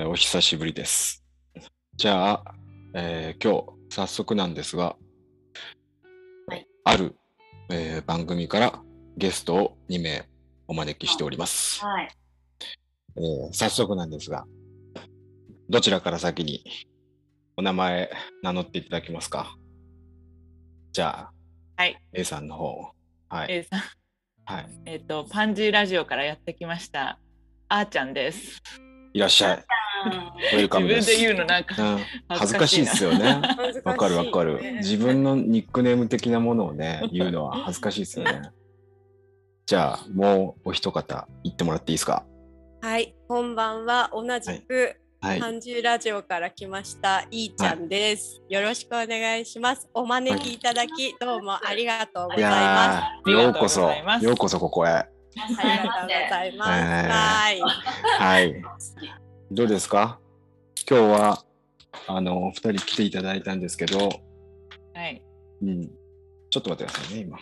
お久しぶりです。じゃあ、今日早速なんですが、 はい、 ある、番組からゲストを2名お招きしております。 はい。 早速なんですが、どちらから先にお名前名乗っていただけますか？じゃあ、 はい、 A さんの方。はい。 A さん、 はい。 パンジーラジオからやってきましたあーちゃんです。 いらっしゃい。ウェルカ自分ムです。 で言うのなんか恥ずかしいですよね。わかるわかる。自分のニックネーム的なものをね、言うのは恥ずかしいですよね。じゃあ、もうお一方言ってもらっていいですか？ はい、こんばんは。同じく、 はいパンジーラジオから来ましたいーちゃんです、よろしくお願いします。お招きいただき、どうもありがとうございます。 ようこそここへ。 ありがとうございます。 はい。どうですか？今日は2人来ていただいたんですけど、 はい。 ちょっと待ってくださいね、今。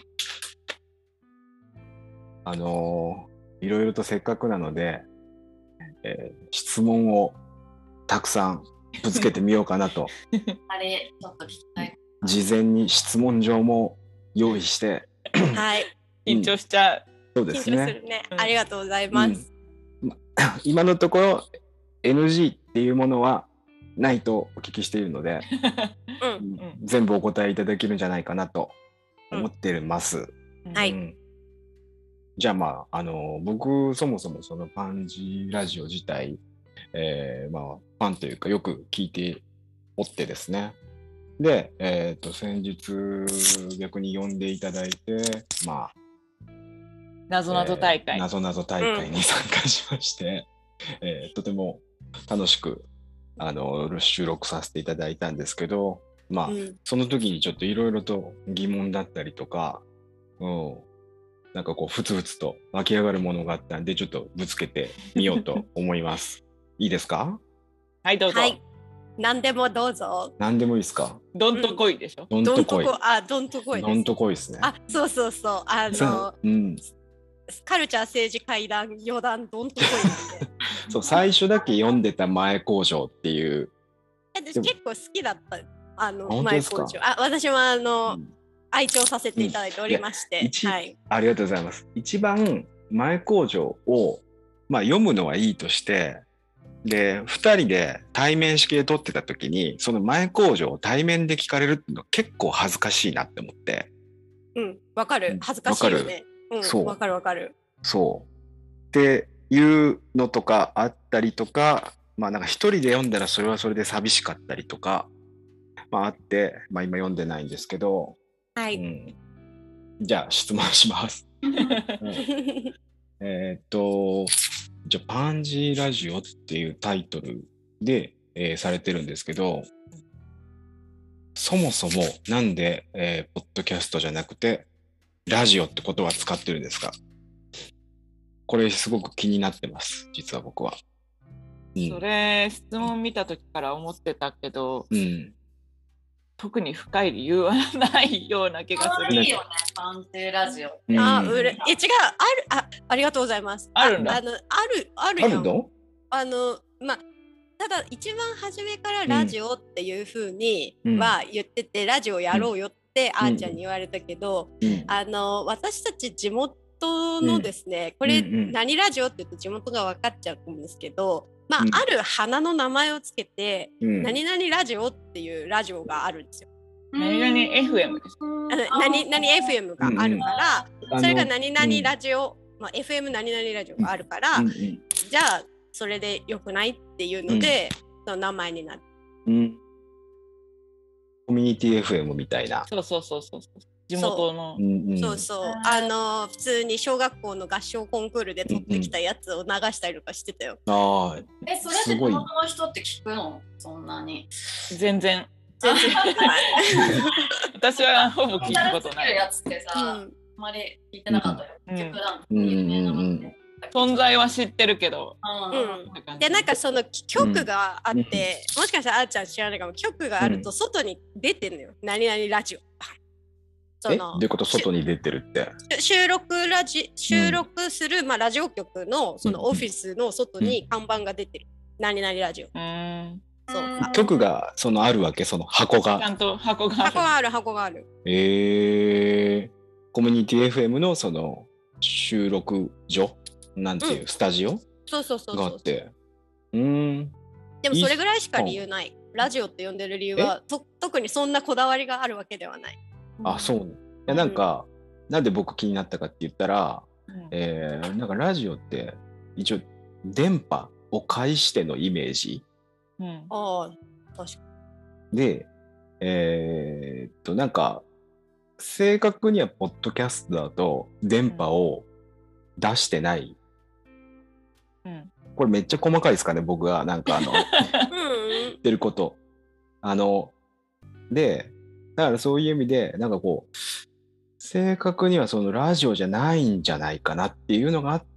いろいろとせっかくなので、質問をたくさんぶつけてみようかなと。 あれ、ちょっと聞きたい。 事前に質問状も用意して。 はい。 緊張しちゃう。 そうですね。 緊張するね。ありがとうございます。 今のところ NG っていうものはないとお聞きしているので、全部お答えいただけるんじゃないかなと思ってます。 はい。 じゃあ僕そもそもそのパンジーラジオ自体、ファンというかよく聞いておってですね。で、先日逆に呼んでいただいて、 なぞなぞ大会、 なぞなぞ大会に参加しまして、とても楽しく収録させていただいたんですけど、その時にちょっといろいろと疑問だったりとか、なんかこうふつふつと湧き上がるものがあったんで、ちょっとぶつけてみようと思います。いいですか？ はい、どうぞ。はい、 何でもどうぞ。 何でもいいですか？ どんとこいでしょ？ どんとこい。 どんとこいです。 どんとこいですね。 そうそうそう。カルチャー政治会談余談どんとこいってそう、最初だけ読んでた前工場っていう。 私結構好きだった前工場。 私も愛聴させていただいておりまして、はい、 ありがとうございます。一番前工場を、読むのはいいとして、で2人で対面式で撮ってた時にその前工場を対面で聞かれるっていうのは結構恥ずかしいなって思って。 わかる。恥ずかしいよね。そう。わかるわかる。 そうっていうのとかあったりとか、なんか一人で読んだらそれはそれで寂しかったりとか、あって、今読んでないんですけど、 はい。 じゃあ質問します。じゃあパンジーラジオっていうタイトルで、されてるんですけど、そもそもなんで、ポッドキャストじゃなくてラジオって言葉使ってるんですか？これすごく気になってます、実は僕は。 それ質問見た時から思ってたけど、特に深い理由はないような気がする。 いいよね、パンジーラジオ。 違う、ありがとうございます。 あるんだ。 あるよ。ただ一番初めからラジオっていう風には言ってて、ラジオやろうよってあーちゃんに言われたけど、私たち地元のですね、これ何ラジオって言うと地元が分かっちゃうと思うんですけど、ある花の名前をつけて、何々ラジオっていうラジオがあるんですよ。 何々 FM です。 何々 FM があるから、それが何々ラジオ、FM 何々ラジオがあるから、じゃあそれでよくないっていうので、その名前になる。 コミュニティ FM みたいな。 そう。地元の。 普通に小学校の合唱コンクールで取ってきたやつを流したりとかしてたよ。 それって地元の人って聞くの？そんなに。 全然私はほぼ聞いたことない。 やつってさ、あまり聞いてなかったよ。有名なのって存在は知ってるけど、 でなんかその局があって、もしかしたらあーちゃん知らないかも。局があると外に出てんのよ、何々ラジオ。 どういうこと？外に出てるって。 収録する、ラジオ局のそのオフィスの外に看板が出てる。 何々ラジオ。 そう曲があるわけ、その箱が。 ちゃんと箱がある。箱がある。 コミュニティ FM のその収録所なんていう、スタジオがあって。でもそれぐらいしか理由ない。ラジオって呼んでる理由は特にそんなこだわりがあるわけではない。 あ、そうね。いやなんか、なんで僕気になったかって言ったら、なんかラジオって一応電波を介してのイメージ。 ああ、確かに。で、なんか正確にはポッドキャストだと電波を出してない。これめっちゃ細かいですかね、僕がなんか言ってること。で、だからそういう意味でなんかこう正確にはそのラジオじゃないんじゃないかなっていうのがあって、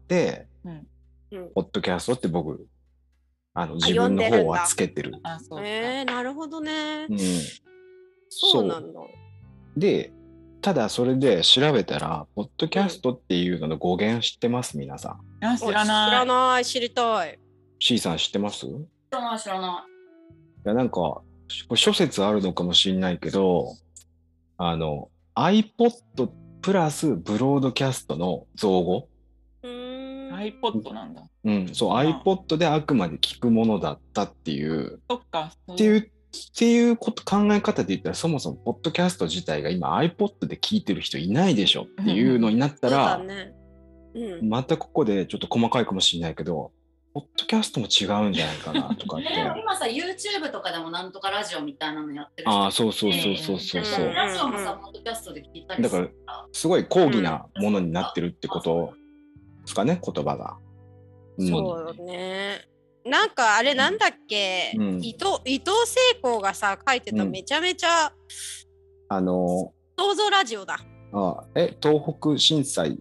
ポッドキャストって僕自分の方はつけてる。 なるほどね。そうなんだ。 で、ただそれで調べたらポッドキャストっていうのの語源知ってます、皆さん？ 知らない。 知りたい。 C さん知ってます？ 知らない。 いやなんか諸説あるのかもしれないけど、iPod プラスブロードキャストの造語。 iPod なんだ。 そう、iPod であくまで聞くものだったっていう。 そっか。 っていう考え方で言ったら、そもそもポッドキャスト自体が今 iPod で聞いてる人いないでしょっていうのになったら、またここでちょっと細かいかもしれないけど、ポッドキャストも違うんじゃないかなとかって。 今さ YouTube とかでもなんとかラジオみたいなのやってる。 そう。 ラジオもさポッドキャストで聞いたりする。 だからすごい高義なものになってるってことですかね、言葉が。 そうね。なんかあれなんだっけ、伊藤聖子がさ書いてためちゃめちゃ想像ラジオだ。 東北震災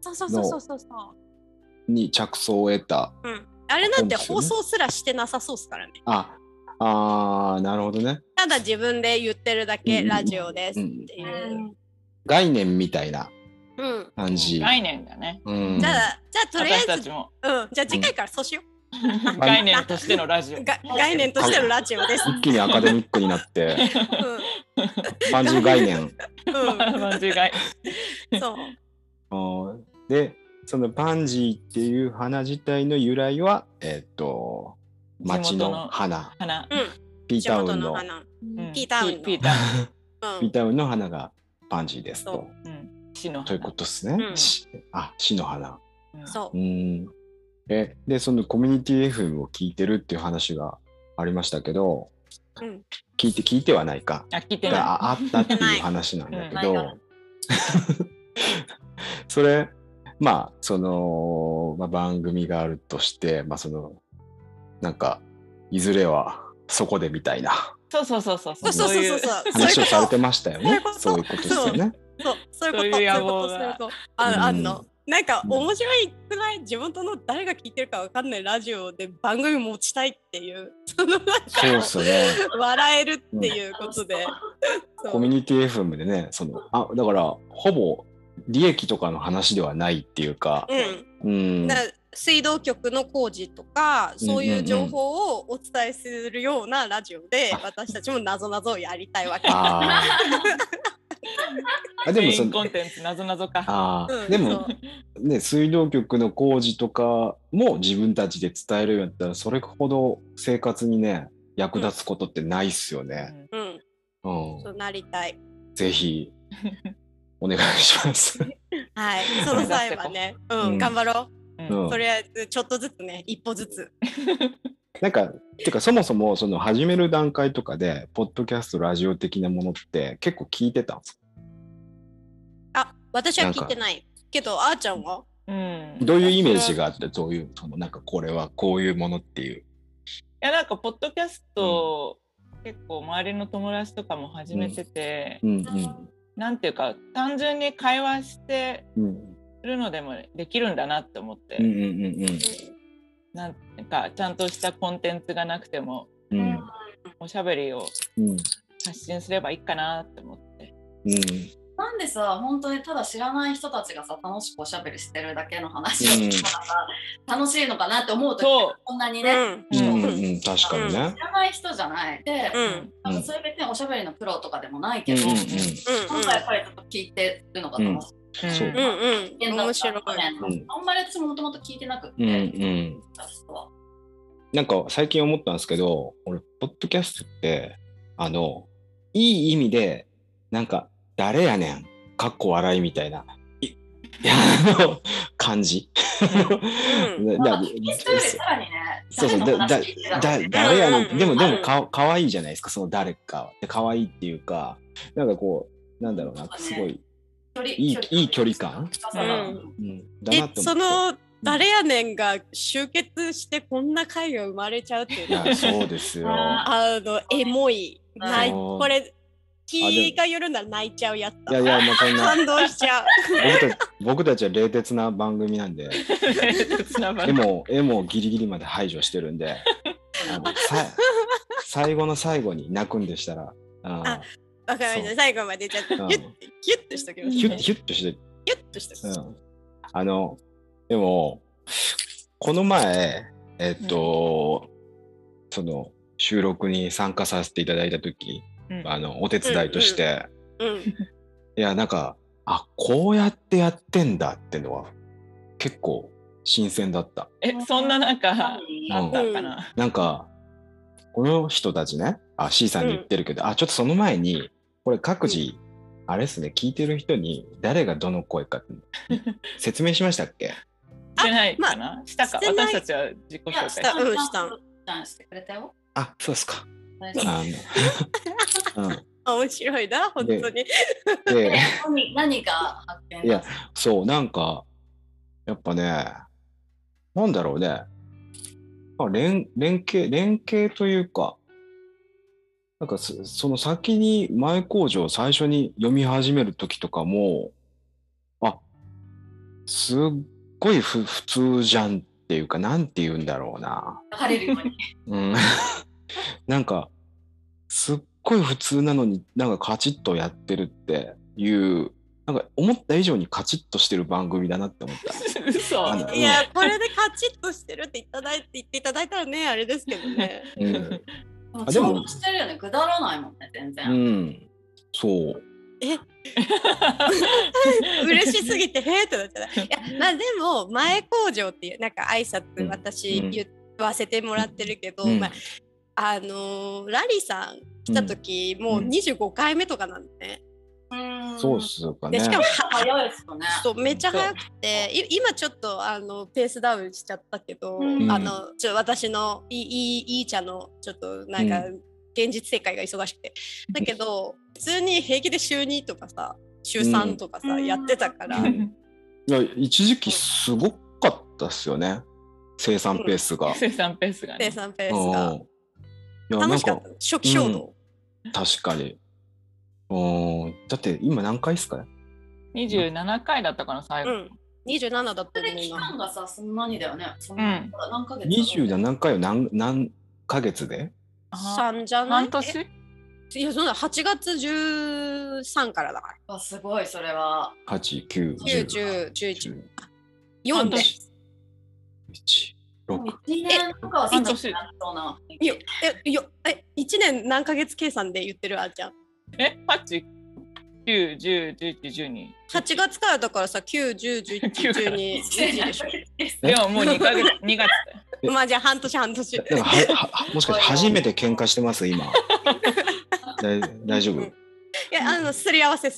に着想を得た。 あれなんて放送すらしてなさそうですからね。 なるほどね。 ただ自分で言ってるだけラジオですっていう。 概念みたいな感じ。 概念だね。 じゃあとりあえず私たちも。 じゃあ次回からそうしよう。 概念としてのラジオ。 概念としてのラジオです。 一気にアカデミックになって。パンジー概念。 パンジー概念。そう。 で、そのパンジーっていう花自体の由来は、町の花。ピータウンの。 ピータウンの花がパンジーですと。ということですね。死の花。 そう。 で、そのコミュニティ FM を聞いてるっていう話がありましたけど、聞いてはないか。 聞いてない。 あったっていう話なんだけど、それ、番組があるとして、なんか、いずれはそこでみたいな。 そう話をされてましたよね。そういうことですよね。 そういうこと。あんの。なんか面白いくない？自分との誰が聞いてるか分かんないラジオで番組持ちたいっていう笑えるっていうことで、 コミュニティ FM でね、だからほぼ利益とかの話ではないっていうか、 水道局の工事とかそういう情報をお伝えするようなラジオで、私たちもなぞなぞをやりたいわけ。 でもそのコンテンツなぞなぞか。 でもね、水道局の工事とかも自分たちで伝えるようになったら、それほど生活にね役立つことってないっすよね。 そうなりたい。 ぜひお願いします。 はい、その際はね、頑張ろう。とりあえずちょっとずつね、一歩ずつ。 なんかてかそもそもその始める段階とかでポッドキャストラジオ的なものって結構聞いてたんですか？ 私は聞いてないけど、あーちゃんは？ どういうイメージがあって、どういうなんかこれはこういうものっていう。いやなんかポッドキャスト、結構周りの友達とかも始めてて、なんていうか単純に会話してるのでもできるんだなって思って。なんかちゃんとしたコンテンツがなくても、おしゃべりを発信すればいいかなって思って。 パなんでさ、本当にただ知らない人たちがさ、楽しくおしゃべりしてるだけの話を聞くからさ、楽しいのかなって思うとこんなにね、 確かにね。 知らない人じゃない。で、それ別におしゃべりのプロとかでもないけど、今回やっぱりちょっと聞いてるのが楽しい。 そう。面白い。 あんまり私ももともと聞いてなくて、 なんか最近思ったんですけど、俺ポッドキャストっていい意味でなんか誰やねんかっこ笑いみたいな感じ。誰やねん。でもかわいいじゃないですか、その誰かでかわいいっていうか、なんかこうなんだろうな、すごいいい距離感だなって思って。 その誰やねんが集結してこんな回が生まれちゃうっていうのはそうですよ。 エモい。これ気が緩んだら泣いちゃうやつだ。 いやもうそんな感動しちゃう。 僕たちは冷徹な番組なんで、絵もギリギリまで排除してるんで、最後の最後に泣くんでしたら、 わかりました。最後までちょっとギュッとしときます。 ギュッとして。 ギュッとして。 でもこの前その収録に参加させていただいた時、お手伝いとして、いやなんかこうやってやってんだってのは結構新鮮だった。 そんななんかあったかな。 なんかこの人たちね、C さんに言ってるけど、ちょっとその前にこれ各自、あれですね、聞いてる人に誰がどの声か説明しましたっけ？ してないかな、したか。私たちは自己紹介してくれたよ。 そうですか。 面白いな、本当に。 何が発見？ いや、そう、なんかやっぱね、なんだろうね、連携というか、なんかその先に前工場を最初に読み始める時とかも、すっごい普通じゃんっていうか、なんて言うんだろうな。 晴れるように。 なんかすっごい普通なのになんかカチッとやってるっていう、なんか思った以上にカチッとしてる番組だなって思った。 いや、これでカチッとしてるって言っていただいたらね、あれですけどね。 でもしてるよね、くだらないもんね、全然。 そう。 嬉しすぎてへーってなっちゃった。いや、でも前工場っていうなんか挨拶私言わせてもらってるけど、ラリさん来た時、もう25回目とかなんでね。 そうっすかね。 しかも早いっすよね。 そうめっちゃ早くて、今ちょっとペースダウンしちゃったけど、私のいいちゃんのちょっとなんか現実世界が忙しくて、だけど普通に平気で週2とかさ週3とかさ、やってたから。いや一時期すごかったっすよね、生産ペースが。 生産ペースが。 楽しかった。初期衝動。 確かに。だって今何回っすか ？27回だったかな、最後。 27だったと思うな。 期間がさ、そんなにだよね。何ヶ月 ？27回を何ヶ月で ？3じゃない？ 半年？ いや、そんな8月13からだから。 すごい、それは。 8、9、 10、11。4で。 6。 1年とかは3年なそうな。 1年何ヶ月計算で言ってるあーちゃん。 8、9、10、11、12。 8月からだからさ、9、10、11、12でしょ。 でももう2月だよ。 まあじゃあ半年。 もしかして初めて喧嘩してます今。大丈夫？いや、すり合わせ。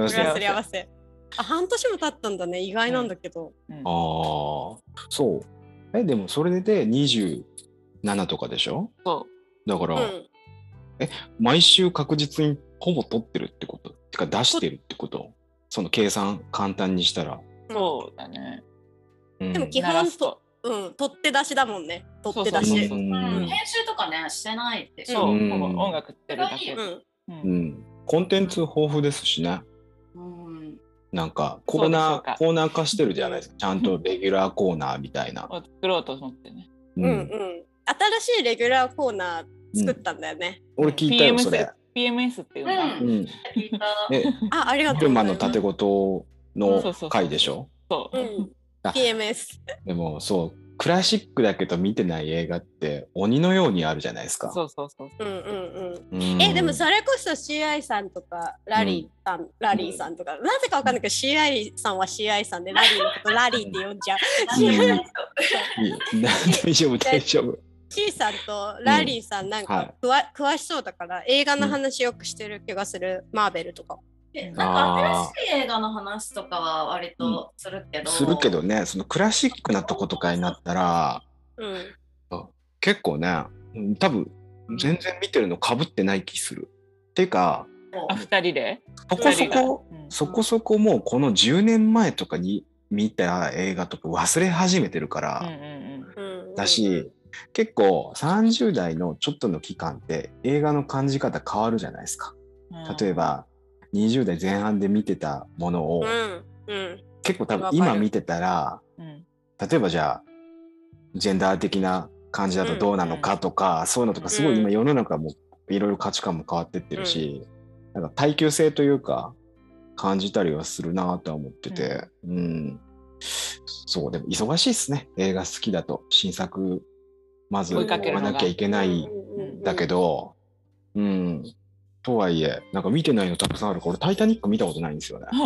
半年も経ったんだね、意外なんだけど。 そう。でもそれで27とかでしょ？ そう。 だから、毎週確実にほぼ取ってるってこと？てか出してるってこと？その計算簡単にしたら。 そうだね。 でも基本取って出しだもんね。取って出し。 編集とかねしてないでしょ。 音楽ってるだけ。 コンテンツ豊富ですしね。なんかコーナー化してるじゃないですか。ちゃんとレギュラーコーナーみたいな。 作ろうと思ってね。 新しいレギュラーコーナー作ったんだよね。 俺聞いたよそれ。 PMS っていうんだ。 聞いた。 ありがとうございます。 車の縦ごとの回でしょ。 そう。 PMS。 でもそう。クラシックだけど見てない映画って鬼のようにあるじゃないですか。 そう。 でもそれこそ CI さんとかラリーさんとか、なぜかわかんないけど CI さんは CI さんでラリーのことラリーって呼んじゃう。 大丈夫。 C さんとラリーさんなんか詳しそうだから映画の話よくしてる気がする、マーベルとか。 なんか新しい映画の話とかは割とするけど、 するけどね、そのクラシックなとことかになったら、結構ね、多分全然見てるの被ってない気する。っていうか、 2人でそこそこもうこの10年前とかに見た映画とか忘れ始めてるから、だし、結構30代のちょっとの期間って映画の感じ方変わるじゃないですか。例えば20代前半で見てたものを、結構多分今見てたら、例えばじゃあジェンダー的な感じだとどうなのかとか、そういうのとかすごい今世の中もいろいろ価値観も変わってってるし、なんか耐久性というか感じたりはするなとは思ってて、そうでも忙しいですね、映画好きだと。新作まず追わなきゃいけないんだけど、とはいえなんか見てないのたくさんあるから、タイタニック見たことないんですよね。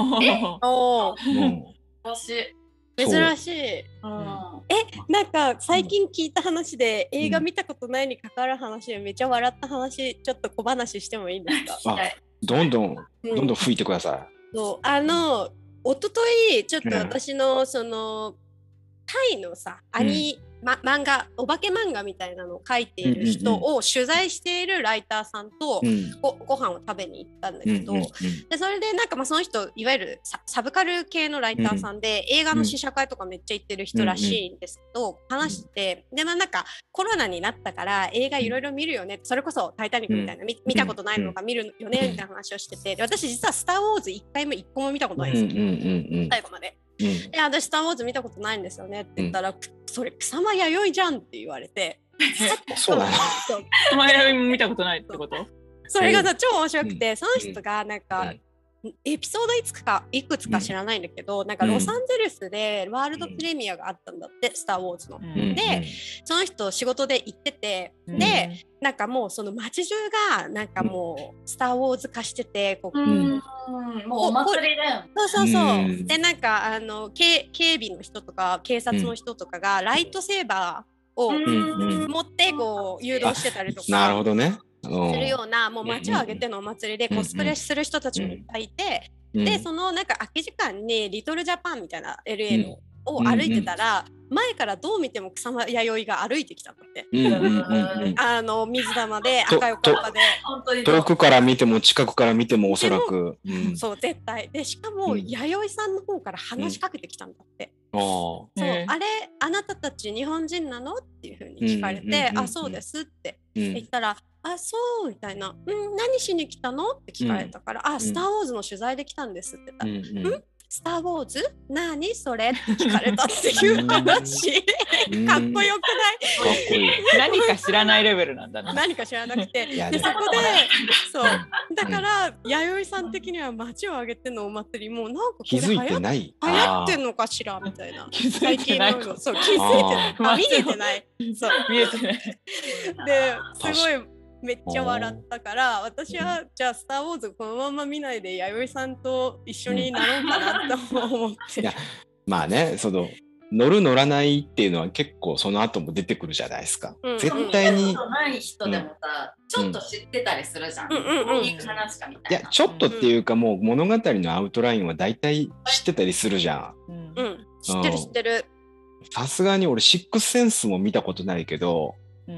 珍しい。なんか最近聞いた話で、映画見たことないに関わる話でめっちゃ笑った話、ちょっと小話してもいいんですか？ どんどん吹いてください。 そう、一昨日ちょっと私のそのタイのさ漫画、お化け漫画みたいなのを描いている人を取材しているライターさんとご飯を食べに行ったんだけど、でそれでなんかその人いわゆるサブカル系のライターさんで、映画の試写会とかめっちゃ行ってる人らしいんですけど、話して、でなんかコロナになったから映画いろいろ見るよね、それこそタイタニックみたいな、見たことないのか見るよねみたいな話をしてて、で私実はスター・ウォーズ1回目1個も見たことないんですよ、最後まで。で私スター・ウォーズ見たことないんですよねって言ったら、それ草間彌生じゃんって言われて、 そうなの？ 草間彌生も見たことないってこと？ それがさ超面白くて、その人がなんかエピソードいくつか知らないんだけど、なんかロサンゼルスでワールドプレミアがあったんだって、スター・ウォーズの。でその人仕事で行ってて、でなんかもうその街中がなんかもうスター・ウォーズ化してて、 もうお祭りだよ。 そうでなんか警備の人とか警察の人とかがライトセーバーを持ってこう誘導してたりとか。 なるほどね。 するような、もう街を挙げてのお祭りでコスプレする人たちもいっぱいいて、でそのなんか空き時間にリトルジャパンみたいな LA のを歩いてたら、前からどう見ても草間彌生が歩いてきたんだって。水玉で赤いおかっぱで、 遠くから見ても近くから見てもおそらく、 そう絶対で、しかも弥生さんの方から話しかけてきたんだって。そうあれあなたたち日本人なのっていう風に聞かれて、あそうですって言ったら、あそうみたいな、何しに来たのって聞かれたから、スター・ウォーズの取材で来たんですって言ったら、スター・ウォーズ何それって聞かれたっていう話。かっこよくない？ かっこいい。 何か知らないレベルなんだね。 何か知らなくて、でそこでそうだから弥生さん的には街を挙げてのお祭りもなんか気づいてない、 流行ってんのかしらみたいな。 気づいてない。 そう気づいてない。見えてない。そう見えてない。 ですごいめっちゃ笑ったから、私はじゃあスター・ウォーズこのまま見ないで弥生さんと一緒になろうかなと思って。 いやまあね、その乗る乗らないっていうのは結構その後も出てくるじゃないですか。絶対に。 ない人でもさ、ちょっと知ってたりするじゃん。こういう話かみたいな。 いやちょっとっていうか、もう物語のアウトラインは大体知ってたりするじゃん。 知ってる。 さすがに俺シックスセンスも見たことないけど。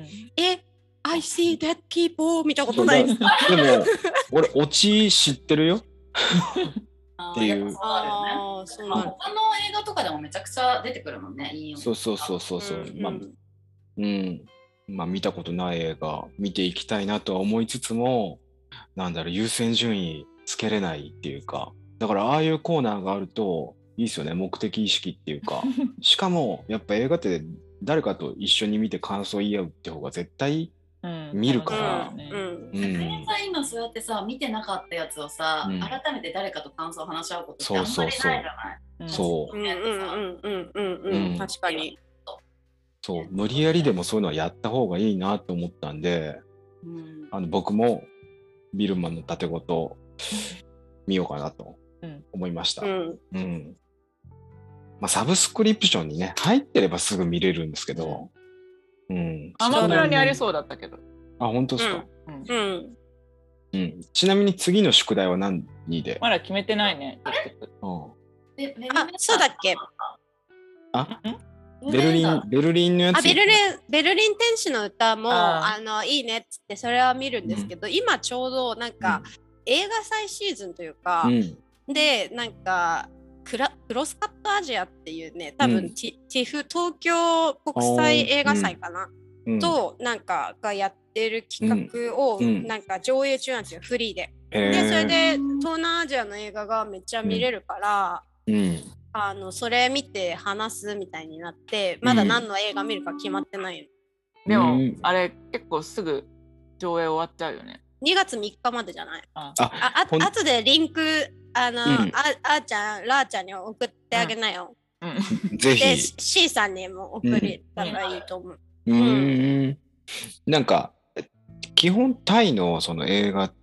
I see dead people 見たことないです。 でも俺オチ知ってるよっていう。 他の映画とかでもめちゃくちゃ出てくるもんね。 そう。まあ見たことない映画見ていきたいなとは思いつつも、なんだろう、優先順位つけれないっていうか、だからああいうコーナーがあるといいですよね、目的意識っていうか。しかもやっぱ映画って誰かと一緒に見て感想言い合うって方が絶対見るから、 今そうやってさ見てなかったやつをさ、改めて誰かと感想を話し合うことってあんまりないじゃない。 そう確かに。 そう無理やりでもそういうのはやった方がいいなと思ったんで、僕もビルマンの盾ごと見ようかなと思いました。サブスクリプションにね入ってればすぐ見れるんですけど、 アマプラにありそうだったけど。 あ、本当ですか。ちなみに次の宿題は何で？ まだ決めてないね。 そうだっけ？ ベルリンのやつ。 ベルリン天使の歌もいいねっつってそれは見るんですけど、今ちょうどなんか映画祭シーズンというか、でなんかクロスカットアジアっていうね、多分TIFF東京国際映画祭かな、となんかがやってる企画をなんか上映中なんですよ、フリーで。でそれで東南アジアの映画がめっちゃ見れるから、それ見て話すみたいになって、まだ何の映画見るか決まってないよ。 でもあれ結構すぐ上映終わっちゃうよね。 2月3日までじゃない？あとでリンクあーちゃん、ラーちゃんに送ってあげなよ。 ぜひ。 で、C さんにも送れたらいいと思う。 なんか、基本タイのその映画って、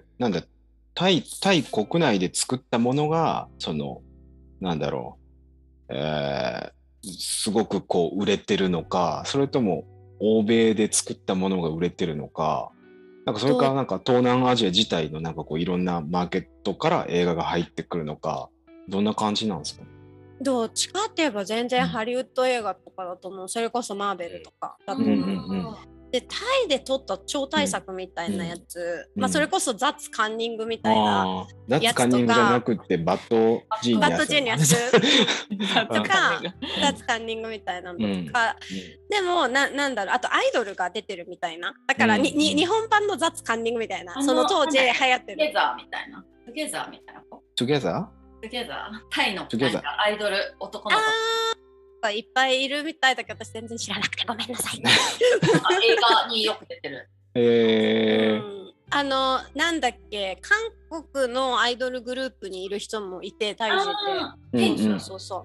なんだ、タイ国内で作ったものが、その、なんだろう、すごくこう売れてるのか、それとも欧米で作ったものが売れてるのか、なんかそれからなんか東南アジア自体のなんかこういろんなマーケットから映画が入ってくるのか、どんな感じなんですか？ どっちかって言えば全然ハリウッド映画とかだと思う。それこそマーベルとかだと思う。でタイで撮った超大作みたいなやつ、それこそザッツカンニングみたいなやつとか、 ザッツカンニングじゃなくてバッドジーニアスとかザッツカンニングみたいなのとか、でもなんだろう、あとアイドルが出てるみたいな、だから日本版のザッツカンニングみたいな、その当時流行ってるトゥゲザーみたいなトゥゲザーみたいなトゥゲザータイのアイドル男の子いっぱいいるみたいだけど私全然知らなくてごめんなさい。 映画によく出てる。 なんだっけ、韓国のアイドルグループにいる人もいて、タイ人で。そう。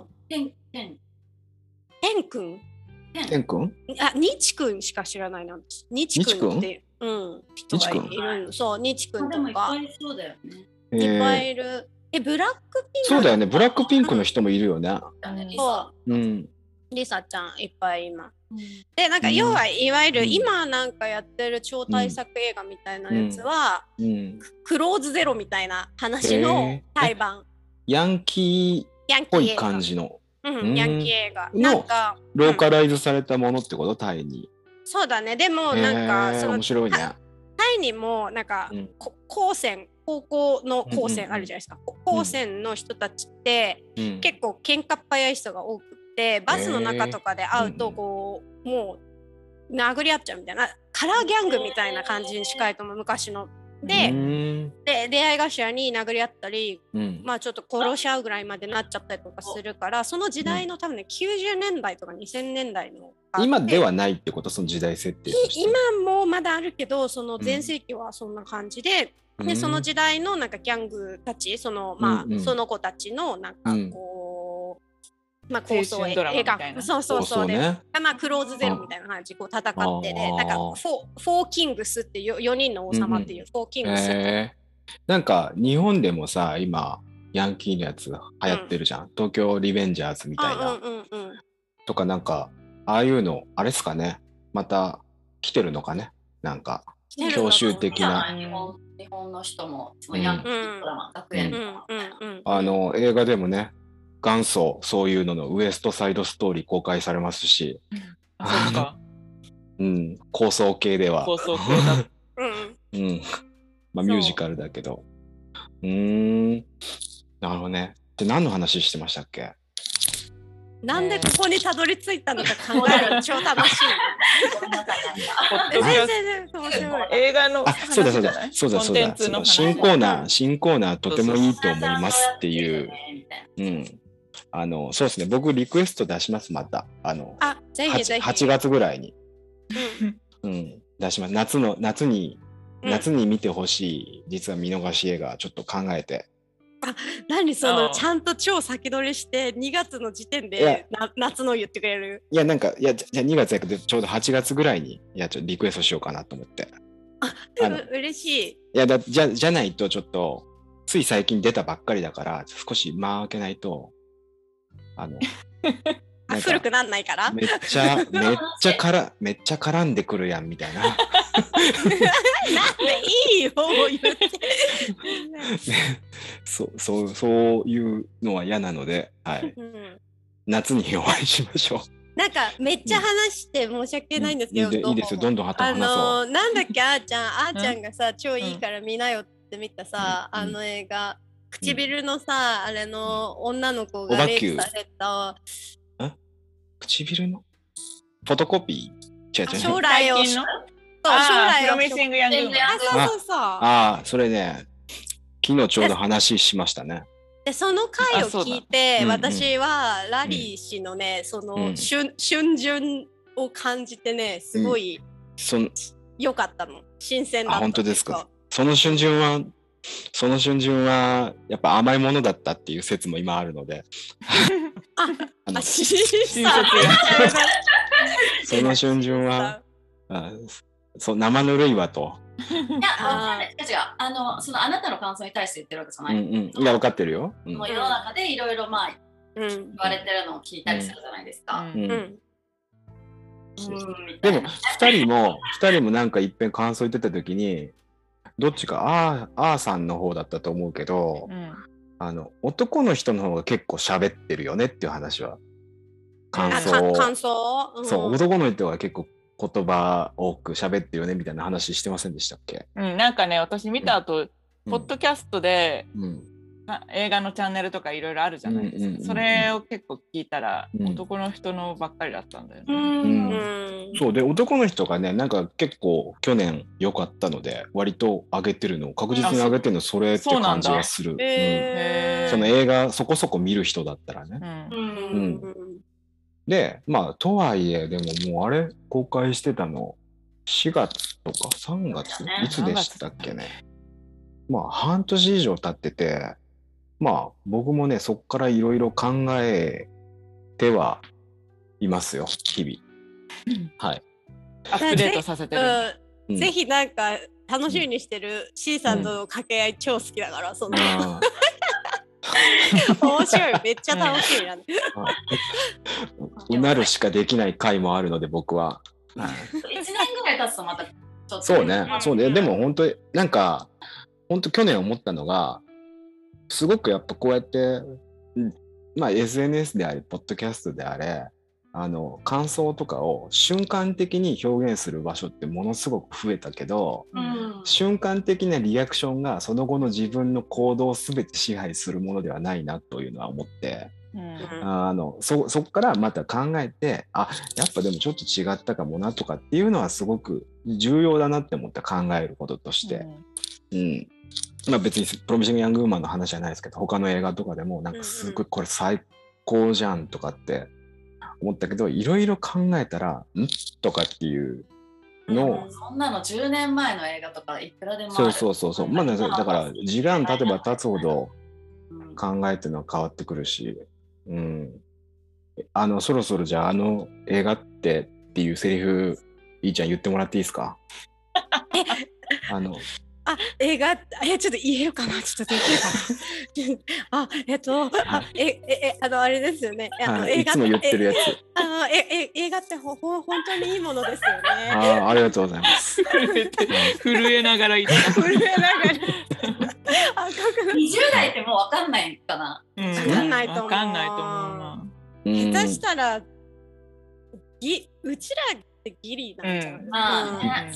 テン君ニチ君しか知らないな。ニチ君って人がいるの。そう、ニチ君とか。 でもいっぱいそうだよね。 いっぱいいる。ブラックピンク。 そうだよね、ブラックピンクの人もいるよね。 リサちゃんいっぱい今。でなんか要はいわゆる今なんかやってる超大作映画みたいなやつは、クローズゼロみたいな話の対バン。 ヤンキーっぽい感じの。 ヤンキー映画。 なんかローカライズされたものってこと、タイに。 そうだね。でもなんかその面白いね。 タイにもなんか高校の高専あるじゃないですか。高専の人たちって、結構喧嘩っ早い人が多くて、バスの中とかで会うとこう、もう殴り合っちゃうみたいな、カラーギャングみたいな感じに近いと思う、昔の。で出会い頭に殴り合ったり、ちょっと殺し合うぐらいまでなっちゃったりとかするから、その時代の多分ね、90年代とか2000年代の今ではないってこと、その時代設定として。 今もまだあるけど、その前世紀はそんな感じで、でその時代のなんかギャングたち、そのその子たちのなんかこう、構想映画、そうで、クローズゼロみたいな感じでこう戦ってで、なんかフォーキングスっていう4人の王様っていうフォーキングスって、 なんか日本でもさ、今ヤンキーのやつ流行ってるじゃん、東京リベンジャーズみたいなとか、なんかああいうのあれっすかね、また来てるのかね、なんか教習的な。 日本の人もそのヤンキードラマ、学園の映画でもね、元祖そういうののウエストサイドストーリー公開されますし、構想系ではミュージカルだけど、なるほどね。で何の話してましたっけ？ なんでここにたどり着いたのか考えるの超楽しい。 映画のそうだ新コーナーとてもいいと思いますっていう。そうですね、僕リクエスト出します、また。 ぜひぜひ。 8月ぐらいに。 出します。夏に見てほしい、実は見逃し映画ちょっと考えて。 何そのちゃんと超先取りして2月の時点で夏の言ってくれる？ いやじゃあ2月やけどちょうど8月ぐらいにちょっとリクエストしようかなと思って。 嬉しい。 いやじゃないとちょっとつい最近出たばっかりだから少し間開けないと古くなんないから。 めっちゃ絡んでくるやんみたいな。なんでいいよ言って。 そういうのは嫌なので、はい。夏にお会いしましょう。 なんかめっちゃ話して申し訳ないんですけど、 いいですよ、どんどん話そう。 なんだっけ、あーちゃんがさ、超いいから見なよって見たさ、映画、唇のさ、あれの女の子がレイプされた。 唇のフォトコピー？違う。 将来を。 将来を。プロミシングヤングウーマン。 そう。 それね、昨日ちょうど話しましたね。 でその回を聞いて、私はラリー氏のね、その春巡を感じてね、すごい良かったの。新鮮だった。 本当ですか。その春巡はやっぱ甘いものだったっていう説も今あるので。その春巡は生ぬるいわと。 いや、違う。そのあなたの感想に対して言ってるわけじゃない。 いや、分かってるよ。 世の中でいろいろ言われてるのを聞いたりするじゃないですか。 でも2人もなんかいっぺん感想言ってた時にどっちかあーさんの方だったと思うけど、男の人の方が結構喋ってるよねっていう話は感想、そう男の人が結構言葉多く喋ってるよねみたいな話してませんでしたっけ？ なんかね、私見た後、ポッドキャストで、映画のチャンネルとかいろいろあるじゃないですか。それを結構聞いたら、男の人のばっかりだったんだよね。 そうで、男の人がね、なんか結構去年良かったので割と上げてるの、確実に上げてるのそれって感じがする。その映画そこそこ見る人だったらね。で、とはいえ、でももうあれ公開してたの4月とか3月、いつでしたっけね。半年以上経ってて、僕もね、そっからいろいろ考えてはいますよ、日々。はい。 アップデートさせてる。 ぜひなんか楽しみにしてる C さんとの掛け合い超好きだから、そんな。面白い、めっちゃ楽しいな。 うなるしかできない回もあるので僕は。 1年ぐらい経つとまたちょっと。 そうね。でも本当になんか去年思ったのが、すごくやっぱこうやってSNS であれポッドキャストであれ感想とかを瞬間的に表現する場所ってものすごく増えたけど、瞬間的なリアクションがその後の自分の行動を全て支配するものではないなというのは思って、そこからまた考えてやっぱでもちょっと違ったかもなとかっていうのはすごく重要だなって思った、考えることとして。別にプロミシング・ヤング・ウーマンの話じゃないですけど、他の映画とかでもなんかすごいこれ最高じゃんとかって思ったけど、いろいろ考えたらとかっていうのを、 そんなの10年前の映画とかいくらでもある。 そうだから時間経てば経つほど考えてるのは変わってくるし、そろそろじゃあ映画っていうセリフいいちゃん言ってもらっていいですか？ 映画、ちょっと言えるかな、ちょっとできるかな。あれですよね。 いつも言ってるやつ。 映画って本当にいいものですよね。 ありがとうございます。 震えながら言った。 震えながら。 20代ってもう分かんないかな。 分かんないと思う。 な。 下手したらうちらってギリなんじゃない？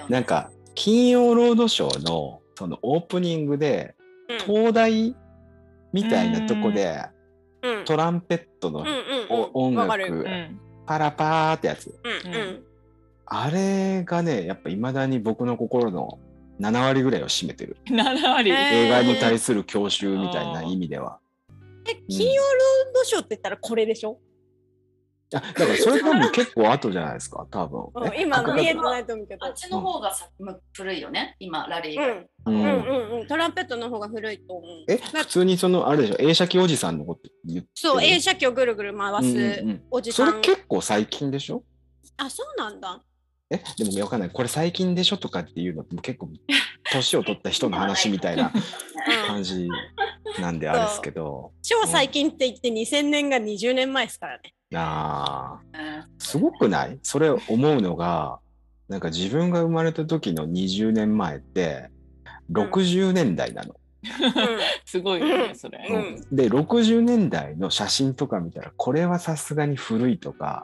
なんか金曜ロードショーのそのオープニングで、東大みたいなとこで、トランペットの音楽、パラパーってやつ、あれがね、やっぱいまだに僕の心の7割ぐらいを占めてる。 7割。 映画に対する郷愁みたいな意味では。 金曜ロードショーって言ったらこれでしょ？ だからそれ多分結構後じゃないですか、多分。 今見えてないと思うけど。 あっちの方が古いよね、今、ラリーが。トランペットの方が古いと思う。 普通にあれでしょ、映写機おじさんのこと言ってる。 そう、映写機をぐるぐる回すおじさん。 それ結構最近でしょ？ あ、そうなんだ。 でもわかんない。これ最近でしょとかっていうのって結構年を取った人の話みたいな感じなんであれですけど。 超最近って言って2000年が20年前ですからね。 すごくない？それ思うのが、なんか自分が生まれた時の20年前って60年代なの。 すごいよね、それ。 で、60年代の写真とか見たら、これはさすがに古いとか、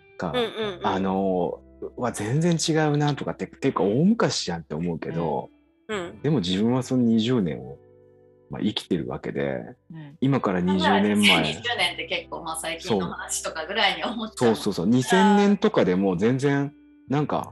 は全然違うなとかっていうか大昔じゃんって思うけど、でも自分はその20年を、生きてるわけで、今から20年前。 2020年って結構最近の話とかぐらいに思っちゃう。 そう。2000年とかでも全然なんか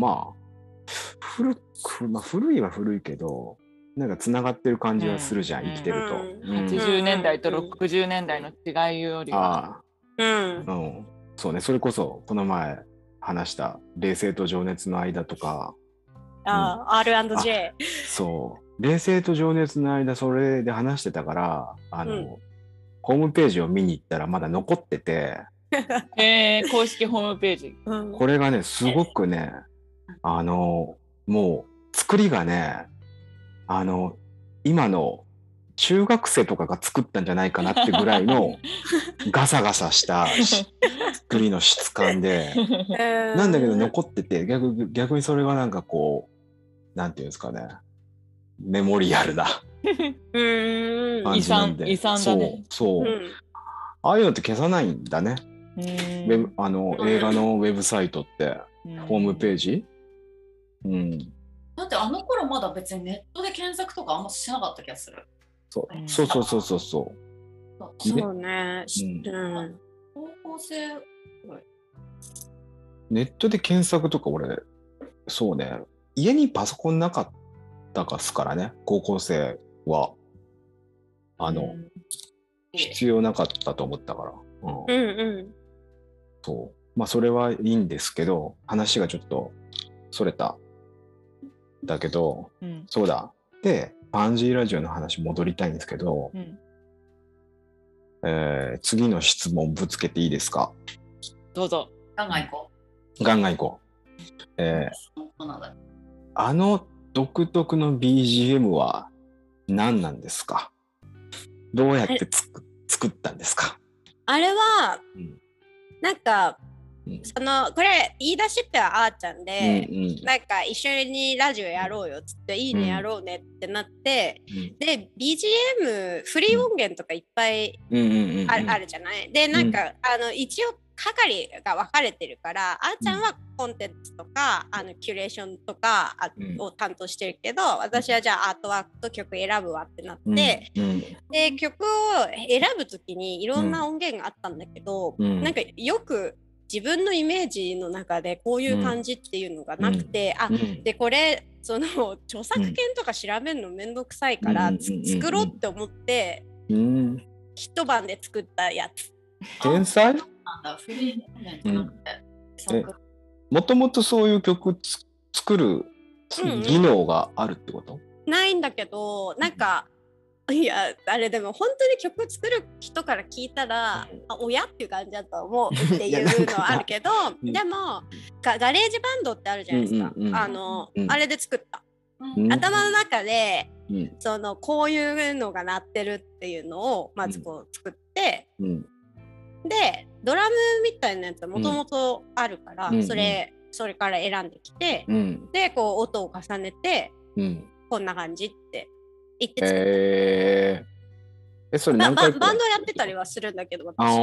古いは古いけど、なんかつながってる感じはするじゃん、生きてると。 80年代と60年代の違いよりは。 そうね、それこそこの前話した冷静と情熱の間とか、 R&J。 そう、冷静と情熱の間、それで話してたから、ホームページを見に行ったらまだ残ってて、 公式ホームページ。 これがね、すごくね、もう作りがね、今の中学生とかが作ったんじゃないかなってぐらいのガサガサした作りの質感で、なんだけど残ってて、逆にそれがなんかこう、なんていうんですかね、メモリアルな感じなんで。 遺産だね。 そう。ああいうのって消さないんだね。映画のウェブサイトって、ホームページ。 だってあの頃まだ別にネットで検索とかあんましなかった気がする。 そう。 そうね。 高校生ネットで検索とか俺、そうね、家にパソコンなかったかすからね、高校生は。必要なかったと思ったから。そう。それはいいんですけど、話がちょっとそれた。だけど、そうだ。で、パンジーラジオの話戻りたいんですけど、次の質問ぶつけていいですか？ どうぞ。 ガンガン行こう。ガンガン行こう。独特の BGM は何なんですか？どうやって作ったんですか？ あれは、なんか、これ言い出しっぺはあーちゃんで、なんか一緒にラジオやろうよっつって、いいねやろうねってなって、で BGM フリー音源とかいっぱいあるじゃない。でなんか一応係が分かれてるから、あーちゃんはコンテンツとかキュレーションとかを担当してるけど、私はじゃあアートワークと曲選ぶわってなって、で曲を選ぶときにいろんな音源があったんだけど、なんかよく自分のイメージの中でこういう感じっていうのがなくて、でこれその著作権とか調べるのめんどくさいから作ろうって思って、一晩で作ったやつ。 天才？もともとそういう曲作る技能があるってこと？ ないんだけど、なんかいや、あれでも本当に曲作る人から聞いたら、親っていう感じだと思うっていうのはあるけど、でもガレージバンドってあるじゃないですか。あれで作った。頭の中で、こういうのが鳴ってるっていうのをまずこう作って、でドラムみたいなやつはもともとあるから、それから選んできて、でこう音を重ねて、こんな感じって言ってそれ何回バンドやってたりはするんだけど、私。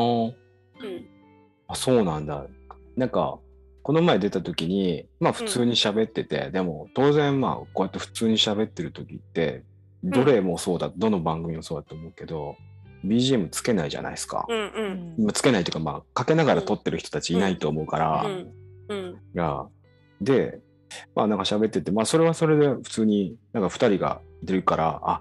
そうなんだ。なんかこの前出た時に普通に喋ってて、でも当然こうやって普通に喋ってる時ってどれもそうだ、どの番組もそうだと思うけど BGM つけないじゃないですか。つけないというかかけながら撮ってる人たちいないと思うから、でなんか喋ってて、それはそれで普通になんか2人が出るから、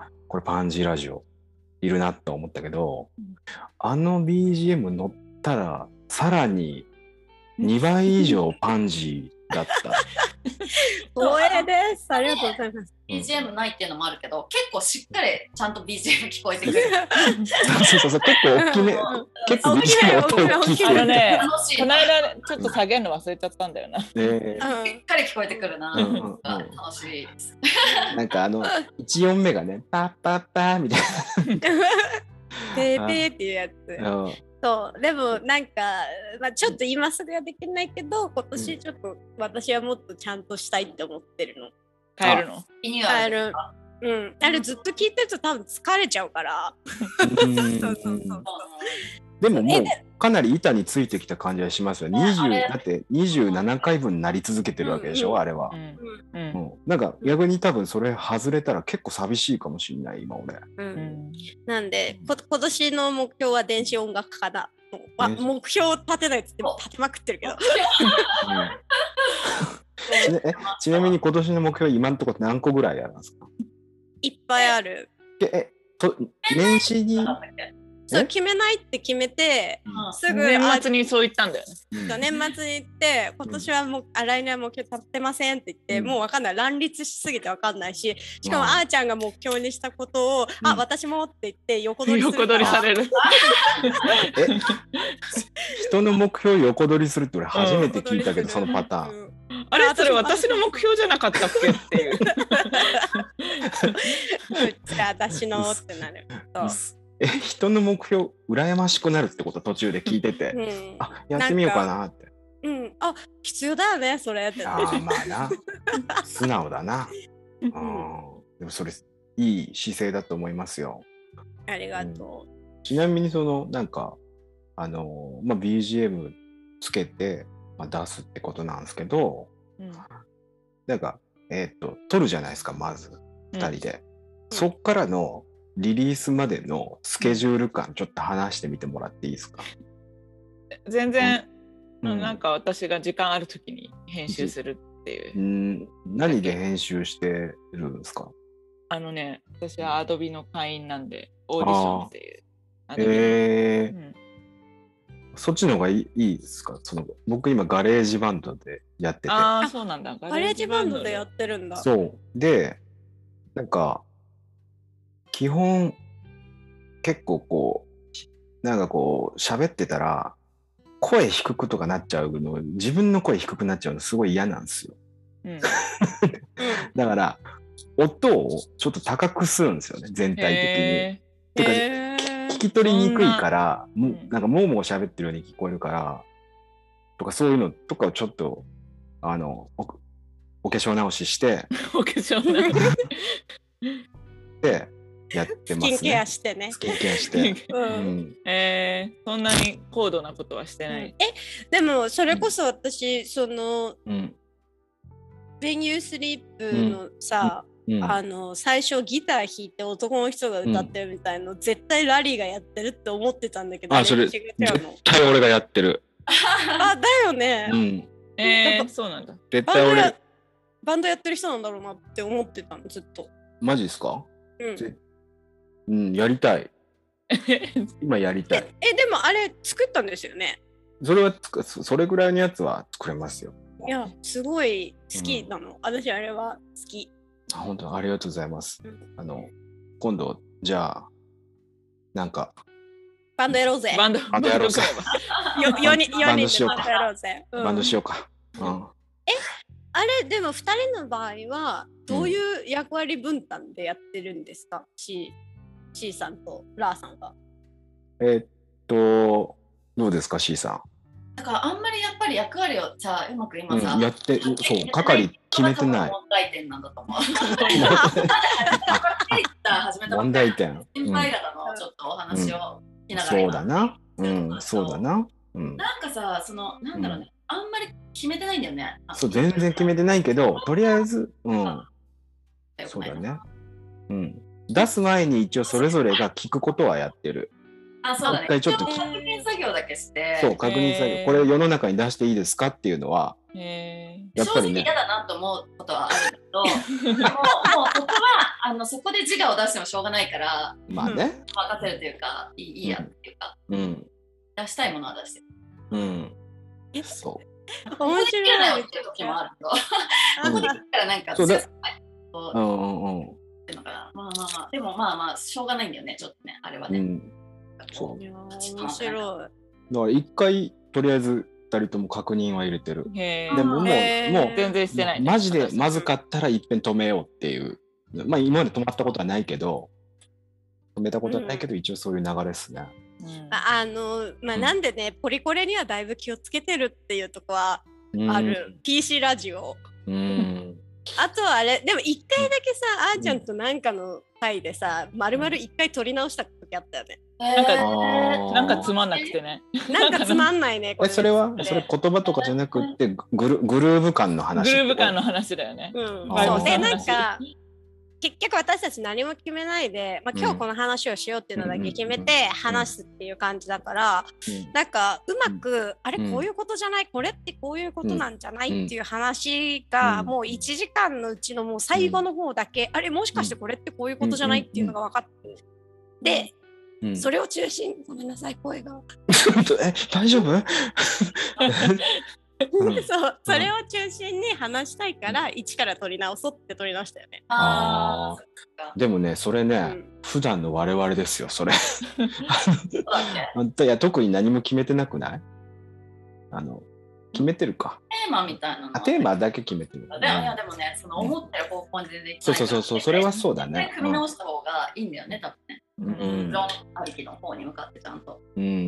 これパンジーラジオいるなと思ったけど、BGM 乗ったらさらに2倍以上パンジーだった。 光栄です。ありがとうございます。 BGM ないっていうのもあるけど、結構しっかりちゃんと BGM 聞こえてくる。 そう、結構大きめ、結構 BGM 音大きい。 この間ちょっと下げるの忘れちゃったんだよな。しっかり聞こえてくるな。楽しいです。 なんか1音目がね、パッパッパーみたいな。 ペーペーっていうやつ。そうでもなんか、ちょっと今すぐはできないけど、今年ちょっと私はもっとちゃんとしたいって思ってるの。 変えるの？ 変える。あれずっと聞いてると多分疲れちゃうから。 でももうかなり板についてきた感じはしますよ。だって27回分なり続けてるわけでしょ、あれは。なんか逆に多分それ外れたら結構寂しいかもしれない、今俺。 なんで今年の目標は電子音楽家だ。目標を立てないっつっても立てまくってるけど。 ちなみに今年の目標今のところ何個ぐらいあるんですか？ いっぱいある。 年始にそう決めないって決めて、すぐ年末にそう言ったんだよね。年末に言って今年はもう来年は目標立ってませんって言って、もう分かんない、乱立しすぎて分かんないし、しかもあーちゃんが目標にしたことを私もって言って横取りする。 横取りされる。 人の目標を横取りするって俺初めて聞いたけど、そのパターン。 あれそれ私の目標じゃなかったっけっていう。 私のってなる。 人の目標羨ましくなるってこと途中で聞いてて、やってみようかなって。 必要だよねそれって。 まあな、素直だな。でもそれいい姿勢だと思いますよ。 ありがとう。ちなみになんかBGM つけて、出すってことなんですけど、なんか撮るじゃないですか、まず2人で。そっからのリリースまでのスケジュール感ちょっと話してみてもらっていいですか？ 全然、なんか私が時間あるときに編集するっていう。 何で編集してるんですか？ 私は Adobe の会員なんで、オーディションっていう。 そっちの方がいいですか？僕今ガレージバンドでやってて。 そうなんだ。 ガレージバンドでやってるんだ。 そうで、なんか基本結構喋ってたら声低くとかなっちゃうの、自分の声低くなっちゃうのすごい嫌なんですよ。だから音をちょっと高くするんですよね、全体的に。てか聞き取りにくいから、なんかもう喋ってるように聞こえるからとか、そういうのとかをちょっとお化粧直ししてお化粧直しでやってますね。 スキンケアしてね。 スキンケアして。 そんなに高度なことはしてない。 でもそれこそ私When You Sleep のさ、最初ギター弾いて男の人が歌ってるみたいの、絶対ラリーがやってるって思ってたんだけど、 それ絶対俺がやってる。 だよね。 そうなんだ。 絶対俺バンドやってる人なんだろうなって思ってたの、ずっと。 マジですか？やりたい。今やりたい。 でもあれ作ったんですよね。 それぐらいのやつは作れますよ。 いや、すごい好きなの。私あれは好き。 本当ありがとうございます。今度じゃあなんかバンドやろうぜ。 バンドやろうぜ。 4人でバンドやろうぜ。 バンドしようか。 あれでも2人の場合はどういう役割分担でやってるんですか、C さんとラーさんが。 どうですか C さん。 だからあんまりやっぱり役割をうまく今さ、 やってそう係決めてない。 問題点なんだと思う。 問題点。 先輩方のちょっとお話をしながら。 そうだな。そうだな。 なんかさ、なんだろうね、あんまり決めてないんだよね。 そう全然決めてないけど、とりあえずそうだね。出す前に一応それぞれが聞くことはやってる。 そうだね。 ちょっと確認作業だけして。 そう、確認作業。これ世の中に出していいですかっていうのは、 やっぱりね。正直嫌だなと思うことはあるけど、もうそこはそこで自我を出してもしょうがないから、 まあね。 任せるというか、いいやっていうか、出したいものは出してる。 うん。そう。 面白いっていう時もあるけど、ここで聞いたらなんか強さないとっていうのかな。まあまあまあ、でもまあまあしょうがないんだよね、ちょっとね、あれはね。 そう。面白い。だから一回とりあえず2人とも確認は入れてる。でももう全然してない。 マジでまずかったらいっぺん止めようっていう。まあ今まで止まったことはないけど、止めたことはないけど、一応そういう流れですね。 まあなんでね、ポリコレにはだいぶ気をつけてるっていうとこはある。PC ラジオ。あとはあれ、でも一回だけさ、あーちゃんとなんかの回でさ、丸々一回撮り直した時あったよね。 なんかつまんなくてね。 なんかつまんないね。 それ言葉とかじゃなくてグルーヴ感の話。 グルーヴ感の話だよね。 そうで、なんか結局私たち何も決めないで、まあ、今日この話をしようっていうのだけ決めて話すっていう感じだから、なんかうまく、あれこういうことじゃない、これってこういうことなんじゃないっていう話がもう1時間のうちのもう最後の方だけ、あれもしかしてこれってこういうことじゃないっていうのが分かってで、それを中心にごめんなさい声が大丈夫そうそれを中心に話したいから一から取り直そうって取り直したよね。 でもねそれね、普段の我々ですよそれ。いや特に何も決めてなくない？決めてるか。 テーマみたいなの。 テーマだけ決めてる。 いやでもねその思ってる方向に全然いかない。そうそれはそうだね。 組み直した方がいいんだよね多分ね。ありきの方に向かってちゃんと。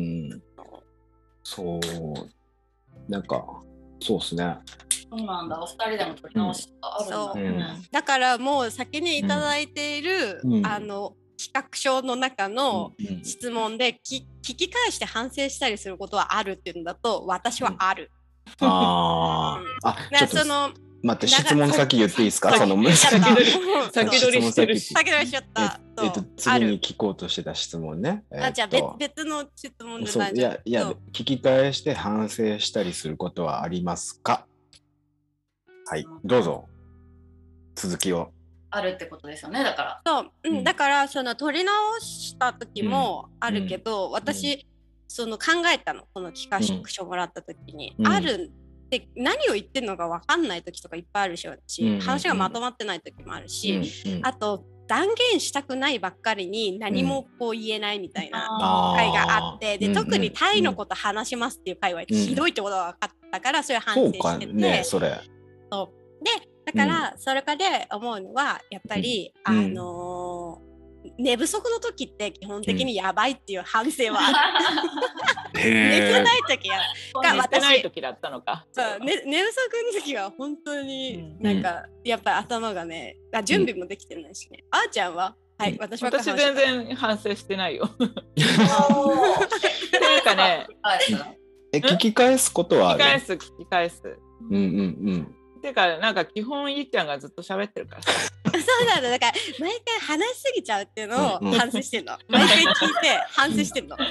そうなんかそうですね。 そうなんだ、お二人でも取り直しがあるんだね。 だからもう先にいただいている、企画書の中の質問で聞き返して反省したりすることはあるっていうのだと私はある。 ちょっと待って質問先言っていいですか？その先取りしてるし。 先取りしちゃった。 次に聞こうとしてた質問ね。 じゃあ別の質問で大丈夫。 いや聞き返して反省したりすることはありますか？はいどうぞ続きを。 あるってことですよねだから。 そうだからその取り直した時もあるけど、私その考えたのこの企画書もらった時に、あるで何を言ってるのか分かんない時とかいっぱいあるし私、話がまとまってない時もあるし、あと断言したくないばっかりに何もこう言えないみたいな回があって、で特にタイのこと話しますっていう回はひどいってことが分かったから、それ反省してて、そうでだからそれからで思うのはやっぱり、寝不足の時って基本的にやばいっていう反省はある。寝てない時が寝てない時だったのか。 寝不足の時は本当になんかやっぱり頭がね準備もできてないしね。あーちゃんははい私全然反省してないよ。っていうかね聞き返すことはある？ 聞き返す。てかなんか基本いっちゃんがずっと喋ってるからさ。 そうなんだ。だから毎回話しすぎちゃうっていうのを反省してるの。毎回聞いて反省してるの。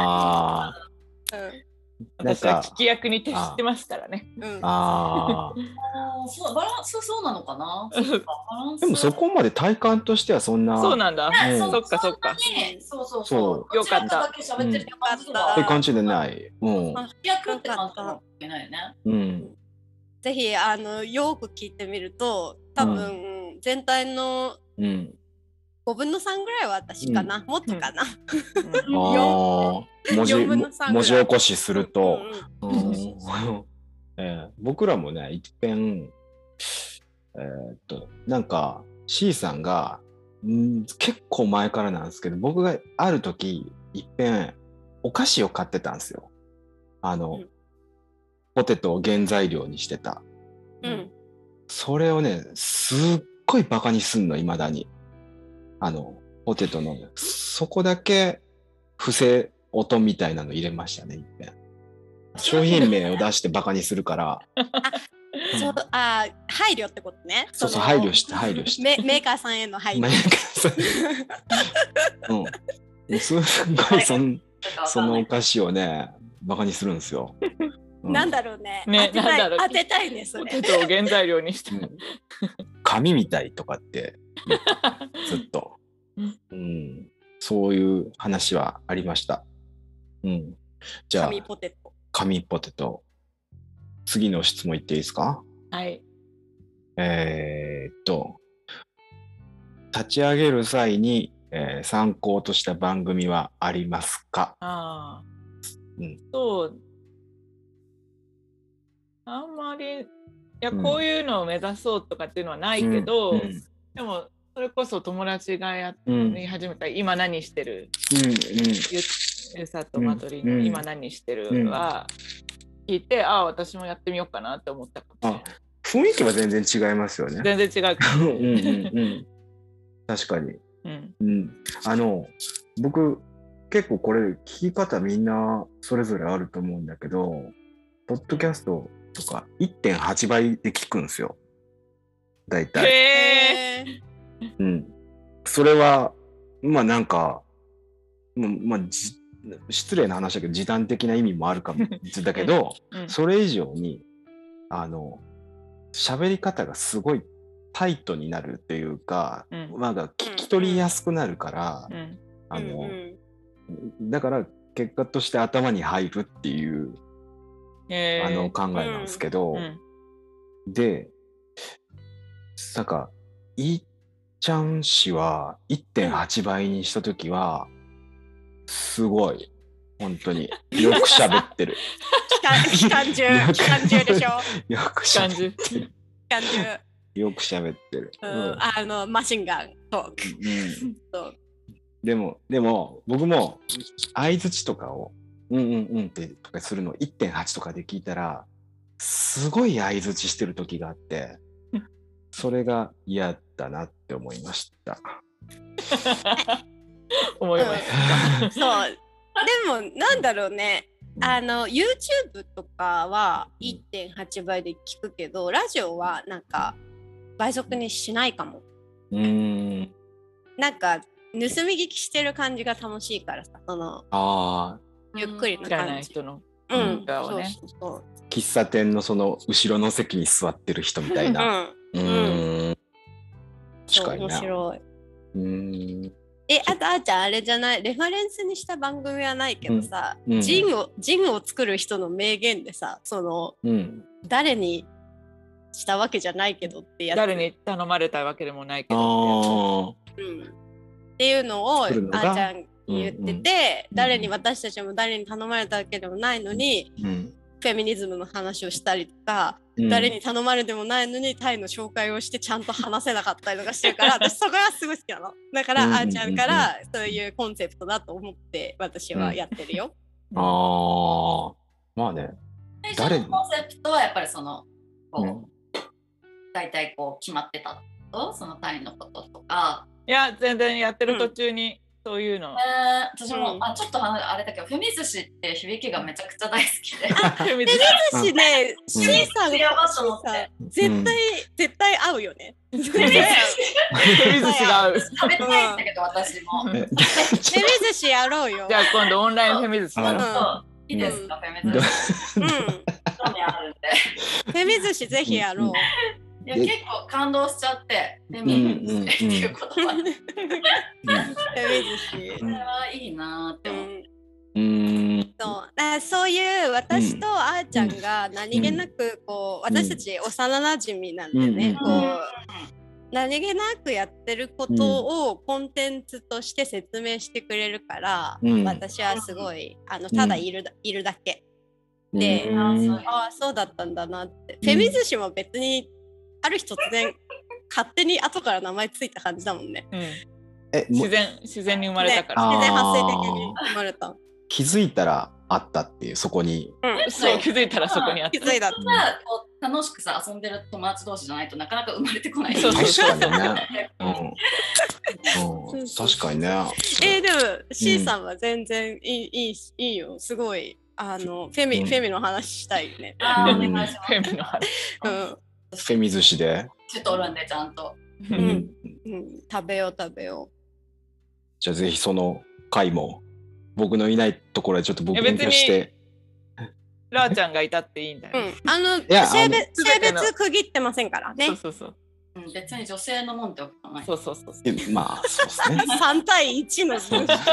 私は聞き役に徹してますからね。 そうバランスそうなのかな。 でもそこまで体感としてはそんな。 そうなんだ。そっかそっか。 そうよかった。 って感じでない。 聞き役って感じなわけないよね。 ぜひよく聞いてみると多分、全体の5分の3ぐらいは私かな、もっとかな。 文字起こしすると、僕らもね一遍なんか C さんが結構前からなんですけど僕がある時一遍お菓子を買ってたんですよ。ポテトを原材料にしてた、それをねすっごいバカにすんの未だに。ポテトのそこだけ不正音みたいなの入れましたね一遍。商品名を出してバカにするから配慮ってことね。 そう配慮してメーカーさんへの配慮。 すごいそのお菓子をねバカにするんですよ。 なんだろうね。当てたいねそれ。 ポテトを原材料にして。 紙みたいとかってずっと、そういう話はありました。じゃあ紙ポテト。 紙ポテト。次の質問いっていいですか？ はい。 立ち上げる際に、参考とした番組はありますか？ そう。あんまり、いや、こういうのを目指そうとかっていうのはないけど、でも、それこそ友達がやり始めた今何してる？ゆさとまとりの今何してるは聞いて、私もやってみようかなって思ったかもしれない。 雰囲気は全然違いますよね。 全然違う。 確かに。僕結構これ聞き方みんなそれぞれあると思うんだけど、ポッドキャストとか 1.8 倍で聞くんですよ。大体。それはなんか失礼な話だけど時短的な意味もあるかもだけど、それ以上に喋り方がすごいタイトになるっていうか、聞き取りやすくなるから、だから結果として頭に入るっていう考えなんですけど、でなんかいっちゃん氏は 1.8 倍にした時はすごい本当によく喋ってる。 機関銃でしょ。 よく喋ってる。よく喋ってる。 マシンガントーク。 でも僕も相槌とかをってとかするの 1.8 とかで聞いたらすごい相槌してる時があって、それが嫌だなって思いました。 思いました。 そう。でもなんだろうね。YouTube とかは 1.8 倍で聞くけど、ラジオはなんか倍速にしないかも。なんか盗み聞きしてる感じが楽しいからさ、ゆっくりな感じ。 知らない人のそう。 喫茶店のその後ろの席に座ってる人みたいな。 確かに面白い。あとあーちゃんあれじゃない、レファレンスにした番組はないけどさ、ジンを作る人の名言でさ、誰にしたわけじゃないけどってやつ、 誰に頼まれたわけでもないけどっていうのをあーちゃん言ってて、私たちも誰に頼まれたわけでもないのに、フェミニズムの話をしたりとか、誰に頼まれてもないのにタイの紹介をしてちゃんと話せなかったりとかしてるから、私そこがすごい好きなの。だからあーちゃんからそういうコンセプトだと思って私はやってるよ。 まあね。 誰のコンセプトはやっぱり大体決まってたと、そのタイのこととか。 いや全然やってる途中に。そういうの。 私も、ちょっとあれだけど、フェミ寿司って響きがめちゃくちゃ大好きで。 フェミ寿司ね、シーさん絶対合うよね。 フェミ寿司が合う。 食べたいんだけど、私も。フェミ寿司やろうよ。 じゃあ今度オンラインフェミ寿司。 いいですか、フェミ寿司。興味あるんで。 フェミ寿司ぜひやろう。 いや結構感動しちゃって、フェミ寿司っていう言葉で。フェミ寿司。それはいいなって思う。そういう私とあーちゃんが何気なく私たち幼なじみなんでね、何気なくやってることをコンテンツとして説明してくれるから、私はすごいただいるだけで、そうだったんだなって。フェミ寿司も別にある日突然勝手に後から名前ついた感じだもんね。 自然に生まれたから、 自然発生的に生まれた。 気づいたらあったっていう、そこに。 そう、気づいたらそこにあった。 気づいた。 楽しくさ遊んでる友達同士じゃないとなかなか生まれてこない。 確かにね。確かにね。 でも C さんは全然いいよ。すごいフェミの話したいね。 フェミの話。 フェミ寿司でちょっとおるんでちゃんと。 食べよう。 じゃあぜひその回も僕のいないところでちょっと僕勉強して。 ラーちゃんがいたっていいんだよ。 性別区切ってませんからね。 そう。 別に女性のもんってわけじゃない。 そうそう。 まあそうですね。 3対1の数式なん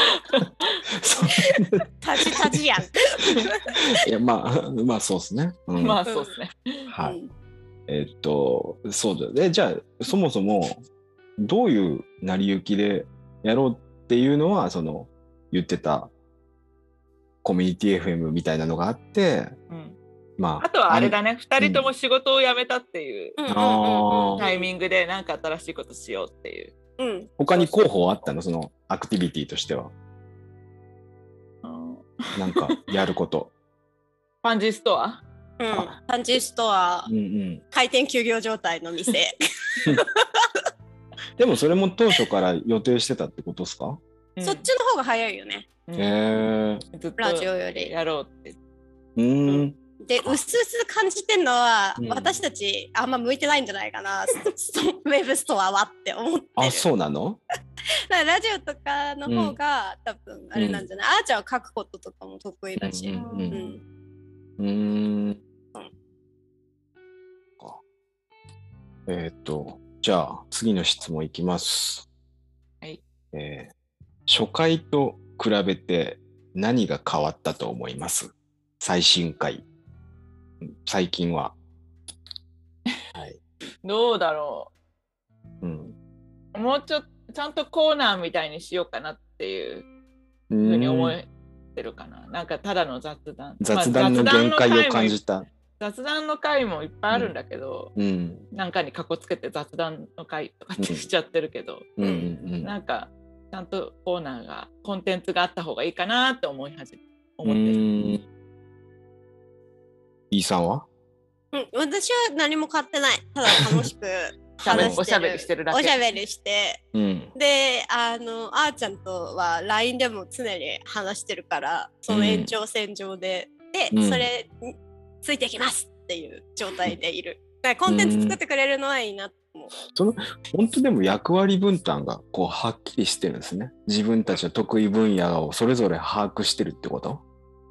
タジやん。 いやまあそうですね。 まあそうですね。 はい。そうだね。じゃあそもそもどういう成り行きでやろうっていうのはその言ってたコミュニティ FM みたいなのがあって、 まあとはあれだね、2人とも仕事を辞めたっていうタイミングで何か新しいことしようっていう。 他に候補あったの、そのアクティビティとしては。なんかやること。 パンジーストア。 パンジーストア、開店休業状態の店。 でもそれも当初から予定してたってことですか？ そっちの方が早いよね。ラジオより。 やろうって。 で、うすうす感じてるのは、私たちあんま向いてないんじゃないかな、ウェブストアはって思ってる。 あ、そうなの？ だからラジオとかの方が、多分あれなんじゃない？あーちゃんは書くこととかも得意だし。 じゃあ次の質問いきます。 はい。 初回と比べて何が変わったと思います？最新回。最近は。はい。 どうだろう。もうちょっとちゃんとコーナーみたいにしようかなっていうふうに思ってるかな。なんかただの雑談。 雑談の限界を感じた。 雑談の回もいっぱいあるんだけど、なんかにかこつけて雑談の回とかってしちゃってるけど、なんかちゃんとコーナーがコンテンツがあった方がいいかなって思ってる。 E さんは？ 私は何も買ってない。ただ楽しくおしゃべりしてるだけ。 おしゃべりして、であーちゃんとは LINE でも常に話してるから、その延長線上で、それについてきますっていう状態でいる。だからコンテンツ作ってくれるのはいいなと思う。 その本当でも役割分担がこうはっきりしてるんですね。自分たちの得意分野をそれぞれ把握してるってこと？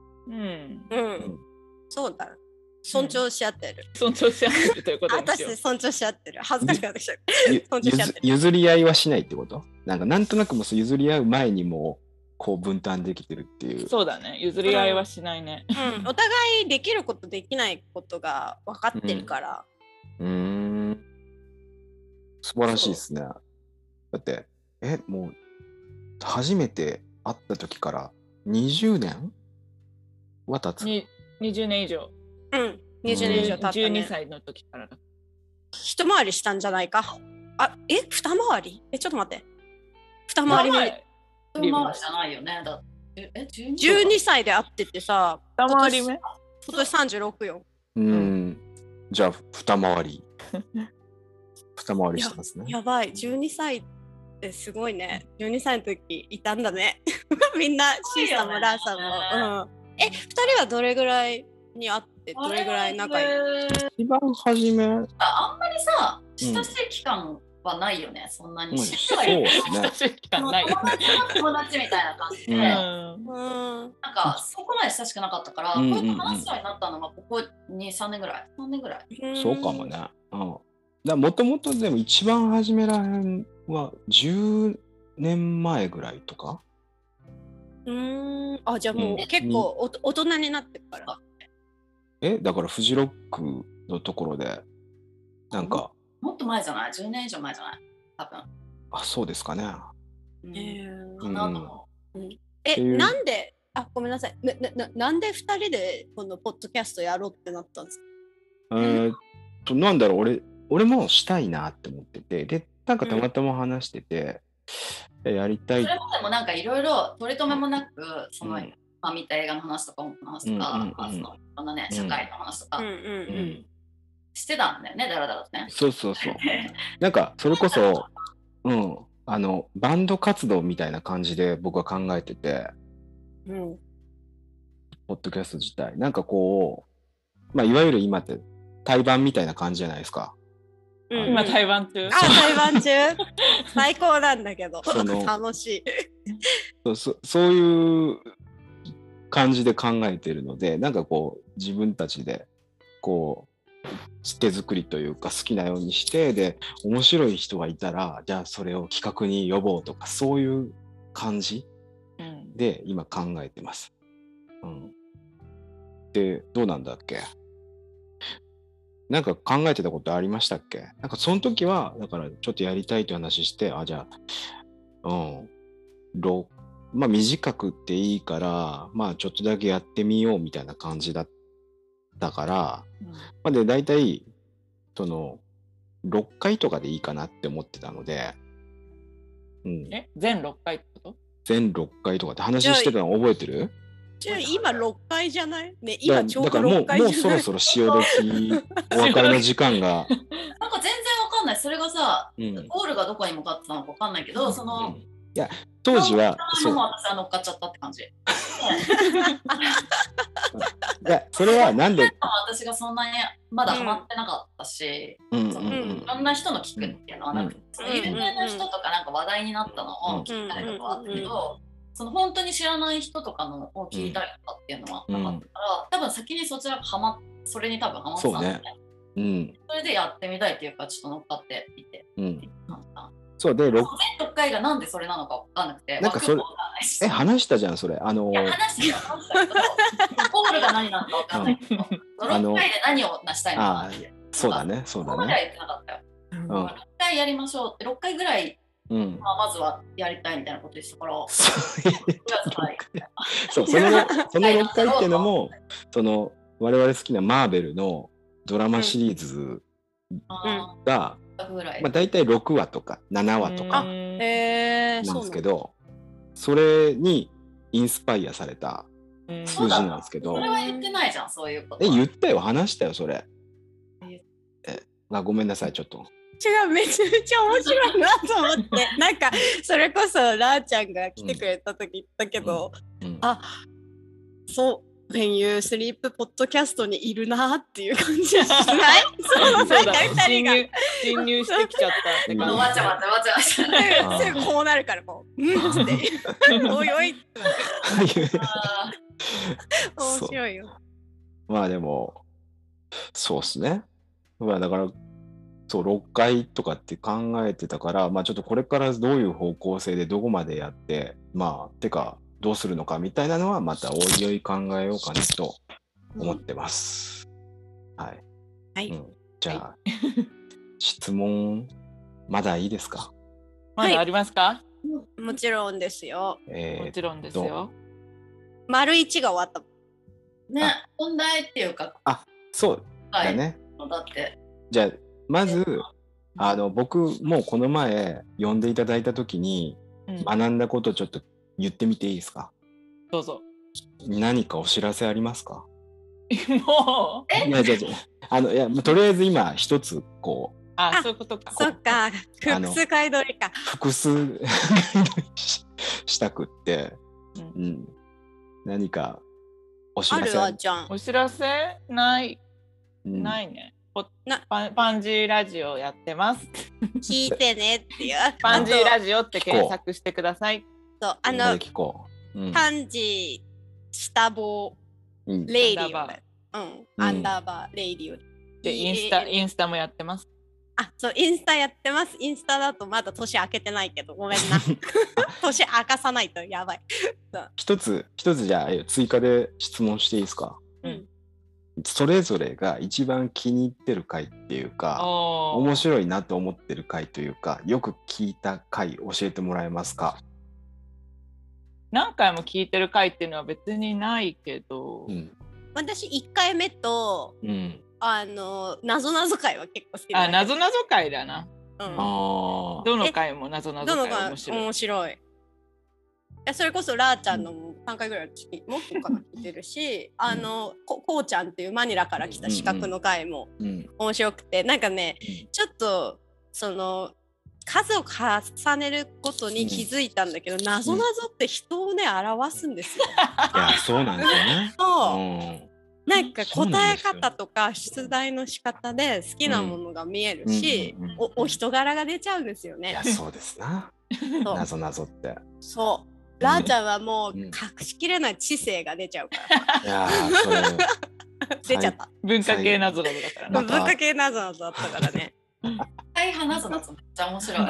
そうだ。尊重し合ってる。 尊重し合ってるということですよ。 私尊重し合ってる。恥ずかしくなってきちゃう。 譲り合いはしないってこと？なんとなくもう譲り合う前にもこう分担できてるっていう。 そうだね。譲り合いはしないね。 お互いできることできないことが分かってるから。 素晴らしいですね。だってもう初めて会った時から20年は経つ。 20年以上。 20年以上経った、ね。 12歳の時からだ。 一回りしたんじゃないか。二回り？ちょっと待って。二回り目。 二回りじゃないよね。だ 12歳で会っててさ。 二回り目？ 今年36よ。 じゃあ二回り。二回りしてますね。 やばい。12歳ってすごいね。12歳の時いたんだね。みんな、シーさんもラーさんも。2人はどれぐらいに会ってどれぐらい仲いい？ 一番初め。 あんまりさ、親しい期間はないよね。そんなに。 そうですね。 親しい期間ない。 友達みたいな感じで。なんかそこまで親しくなかったから、こうやって話すようになったのがここ2、3年ぐらい。3年ぐらい。 そうかもね。もともとでも一番初めらへんは10年前ぐらいとか。 じゃあもう結構大人になってから。 だからフジロックのところでなんかもっと前じゃない？10年以上前じゃない？多分。 そうですかね。 なんでごめんなさい。なんで2人でこのポッドキャストやろうってなったんですか？ なんだろう、俺もしたいなって思ってて、でなんかたまたま話してて、やりたい。 それまでもなんかいろいろ取り留めもなくその見た映画の話とか音楽の話とか、そのね社会の話とかしてたんだよね、だらだらとね。 そう。なんかそれこそバンド活動みたいな感じで僕は考えてて、ポッドキャスト自体なんかこういわゆる今って対バンみたいな感じじゃないですか。 今対バン中。 対バン中最高なんだけど楽しい。 そういう感じで考えてるので、なんかこう自分たちでこう手作りというか好きなようにして、で面白い人がいたらじゃあそれを企画に呼ぼうとか、そういう感じで今考えてます。でどうなんだっけ、なんか考えてたことありましたっけ？なんかその時はだからちょっとやりたいという話して、じゃあまあ短くっていいから、まあちょっとだけやってみようみたいな感じだったから、まあで大体その6回とかでいいかなって思ってたので、 全6回ってこと？ 全6回とかって話してたの覚えてる？ じゃあ今6回じゃないね、今ちょうど6回じゃない。だからもうそろそろ潮時お別れの時間がなんか全然わかんない。それがさ、ゴールがどこに向かってたのかわかんないけど、そのいや当時はそう私は乗っかっちゃったって感じ。いやそれはなんで私がそんなにまだハマってなかったし、いろんな人の聞くっていうのはなくて、有名な人とかなんか話題になったのを聞いたりとかはあったけど、その本当に知らない人とかのを聞いたりとかっていうのはなかったから、多分先にそちらがそれに多分ハマってたんだよね。それでやってみたいっていうかちょっと乗っかっていて。 そうで 6回がなんでそれなのか分かんなくて、 なんかそれ話したじゃんそれ。話したけどゴールが何なのか分かんないけど、6回で何を成したいのかっていう。 そうだねそうだね。 そこまでは言ってなかったよ。6回やりましょうって6回ぐらいまずはやりたいみたいなことでしたから、 その6回っていうのもその我々好きなマーベルのドラマシリーズがまあ大体6話とか7話とかなんですけど、それにインスパイアされた数字なんですけど、 それは言ってないじゃんそういうこと。 言ったよ、話したよそれ。ごめんなさいちょっと。 違う、めちゃめちゃ面白いなと思ってなんかそれこそラーちゃんが来てくれた時言ったけど、そうWhen You Sleep ポッドキャストにいるなっていう感じしない？ そうだ、侵入してきちゃったって感じ。 わちゃわちゃわちゃわちゃすぐこうなるからもうっておいおいって面白いよ。 まあでもそうっすね。まあだからそう6回とかって考えてたから、まあちょっとこれからどういう方向性でどこまでやって、まあてかどうするのかみたいなのはまたおいおい考えようかなと思ってます。はい。じゃあ、質問まだいいですか？ まだありますか？ もちろんですよ。 もちろんですよ。 丸1が終わったね、本題っていうか。 そうだね。 だってじゃあまず僕もこの前呼んでいただいた時に学んだことをちょっと言ってみていいですか？ どうぞ。 何かお知らせありますか？ もういやとりあえず今一つこうそういうことか。 そっか、複数買い取りか。 複数買い取りしたくって、何かお知らせある？ちゃん。 お知らせないね。パンジーラジオやってます。 聞いてねっていう。 パンジーラジオって検索してください。 そうパンジー下棒レイディオアンダーバーレイディオでインスタもやってます。 そうインスタやってます。インスタだとまだ年明けてないけどごめんな年明かさないとやばい一つじゃあ追加で質問していいですか？それぞれが一番気に入ってる回っていうか面白いなと思ってる回というかよく聞いた回教えてもらえますか？ 何回も聞いてる回っていうのは別にないけど、 私1回目と、なぞなぞ回は結構好きだ。 なぞなぞ回だな。どの回もなぞなぞ回面白い。 それこそラーちゃんの3回ぐらいもっとかな聞いてるしこうちゃんっていうマニラから来た資格の回も面白くて、なんかね、ちょっとその数を重ねることに気づいたんだけど、なぞなぞって人をね表すんですよ。 いやそうなんですよね。 なんか答え方とか出題の仕方で好きなものが見えるし、お人柄が出ちゃうんですよね。 いやそうですな。なぞなぞって。 そうラーちゃんはもう隠しきれない知性が出ちゃうから。 いやそれ出ちゃった。 文化系なぞなぞだからね。 文化系なぞなぞだったからね。 社会派なぞなぞめっちゃ面白い。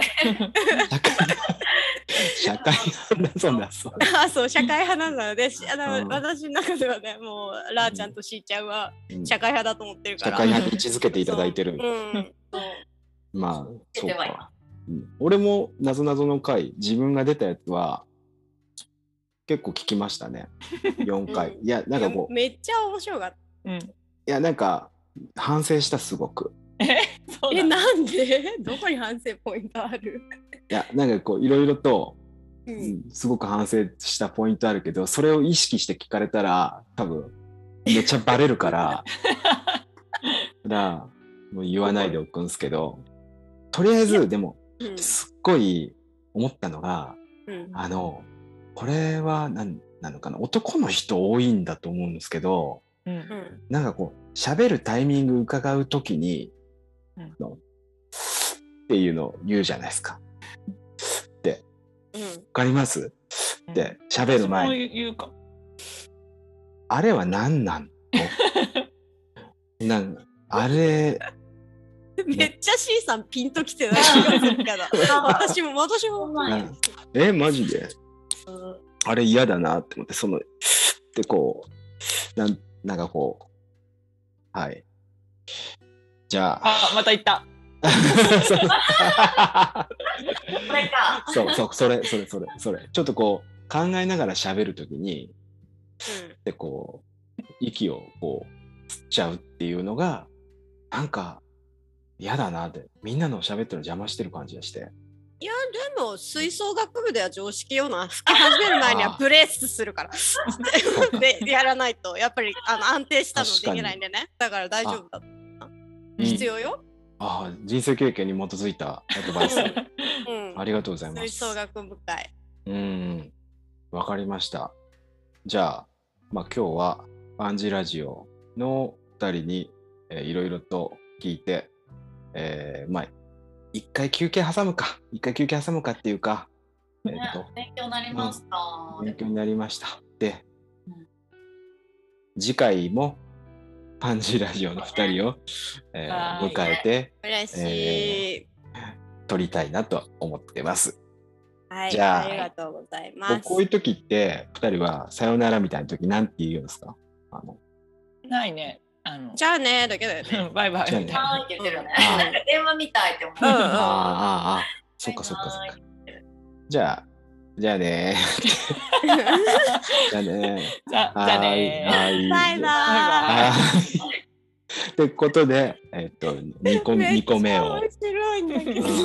社会派なぞなぞ。 あ、そう、社会派なぞなぞで、私の中ではね、もうラーちゃんとしーちゃんは社会派だと思ってるから。 社会派に位置づけていただいてる。まあ、そうか。俺もなぞなぞの回、自分が出たやつは結構聞きましたね。4回。いや、なんかこう。 めっちゃ面白かった。 いや、なんか反省した、すごく。 なんで？どこに反省ポイントある？ いや、なんかこういろいろと、すごく反省したポイントあるけど、それを意識して聞かれたら多分めっちゃバレるからもう言わないでおくんですけど、とりあえずでもすっごい思ったのが、これは何なのかな、男の人多いんだと思うんですけど、なんかこう喋るタイミング伺うときにっていうのを言うじゃないですか。って、わかります？って喋る前に。あれは何なんの？あれ。 めっちゃ C さんピンときてない気がするから。私も。マジで？あれ嫌だなって思って、そのってこうなんかこう、はい。じゃあ。 また言った。 それ。ちょっとこう考えながら喋るときに、でこう息をこう吸っちゃうっていうのがなんか嫌だなって、みんなの喋ってるの邪魔してる感じがして。 いやでも吹奏楽部では常識よな。吹き始める前にはブレスするからでやらないとやっぱり安定したのできないんでね。だから大丈夫だ。必要よ。 人生経験に基づいたアドバイス、ありがとうございます。 吹奏楽部会。 わかりました。じゃあ、今日はアンジラジオの2人にいろいろと聞いて、一回休憩挟むかっていうか、 勉強になりました。 勉強になりました。で、次回もアンジラジオの2人を、迎えて、 嬉しい、 撮りたいなと思ってます。 はい、 じゃあ、 ありがとうございます。 こういう時って2人はさよならみたいな時なんて言うんですか？ ないね。 じゃあねだけだよね。 バイバイ。 じゃあねって言ってるよね。電話みたいって思う。 そっか。じゃあね。じゃあね。 バイバイ。ってことで、2個目を。 面白いんだけど。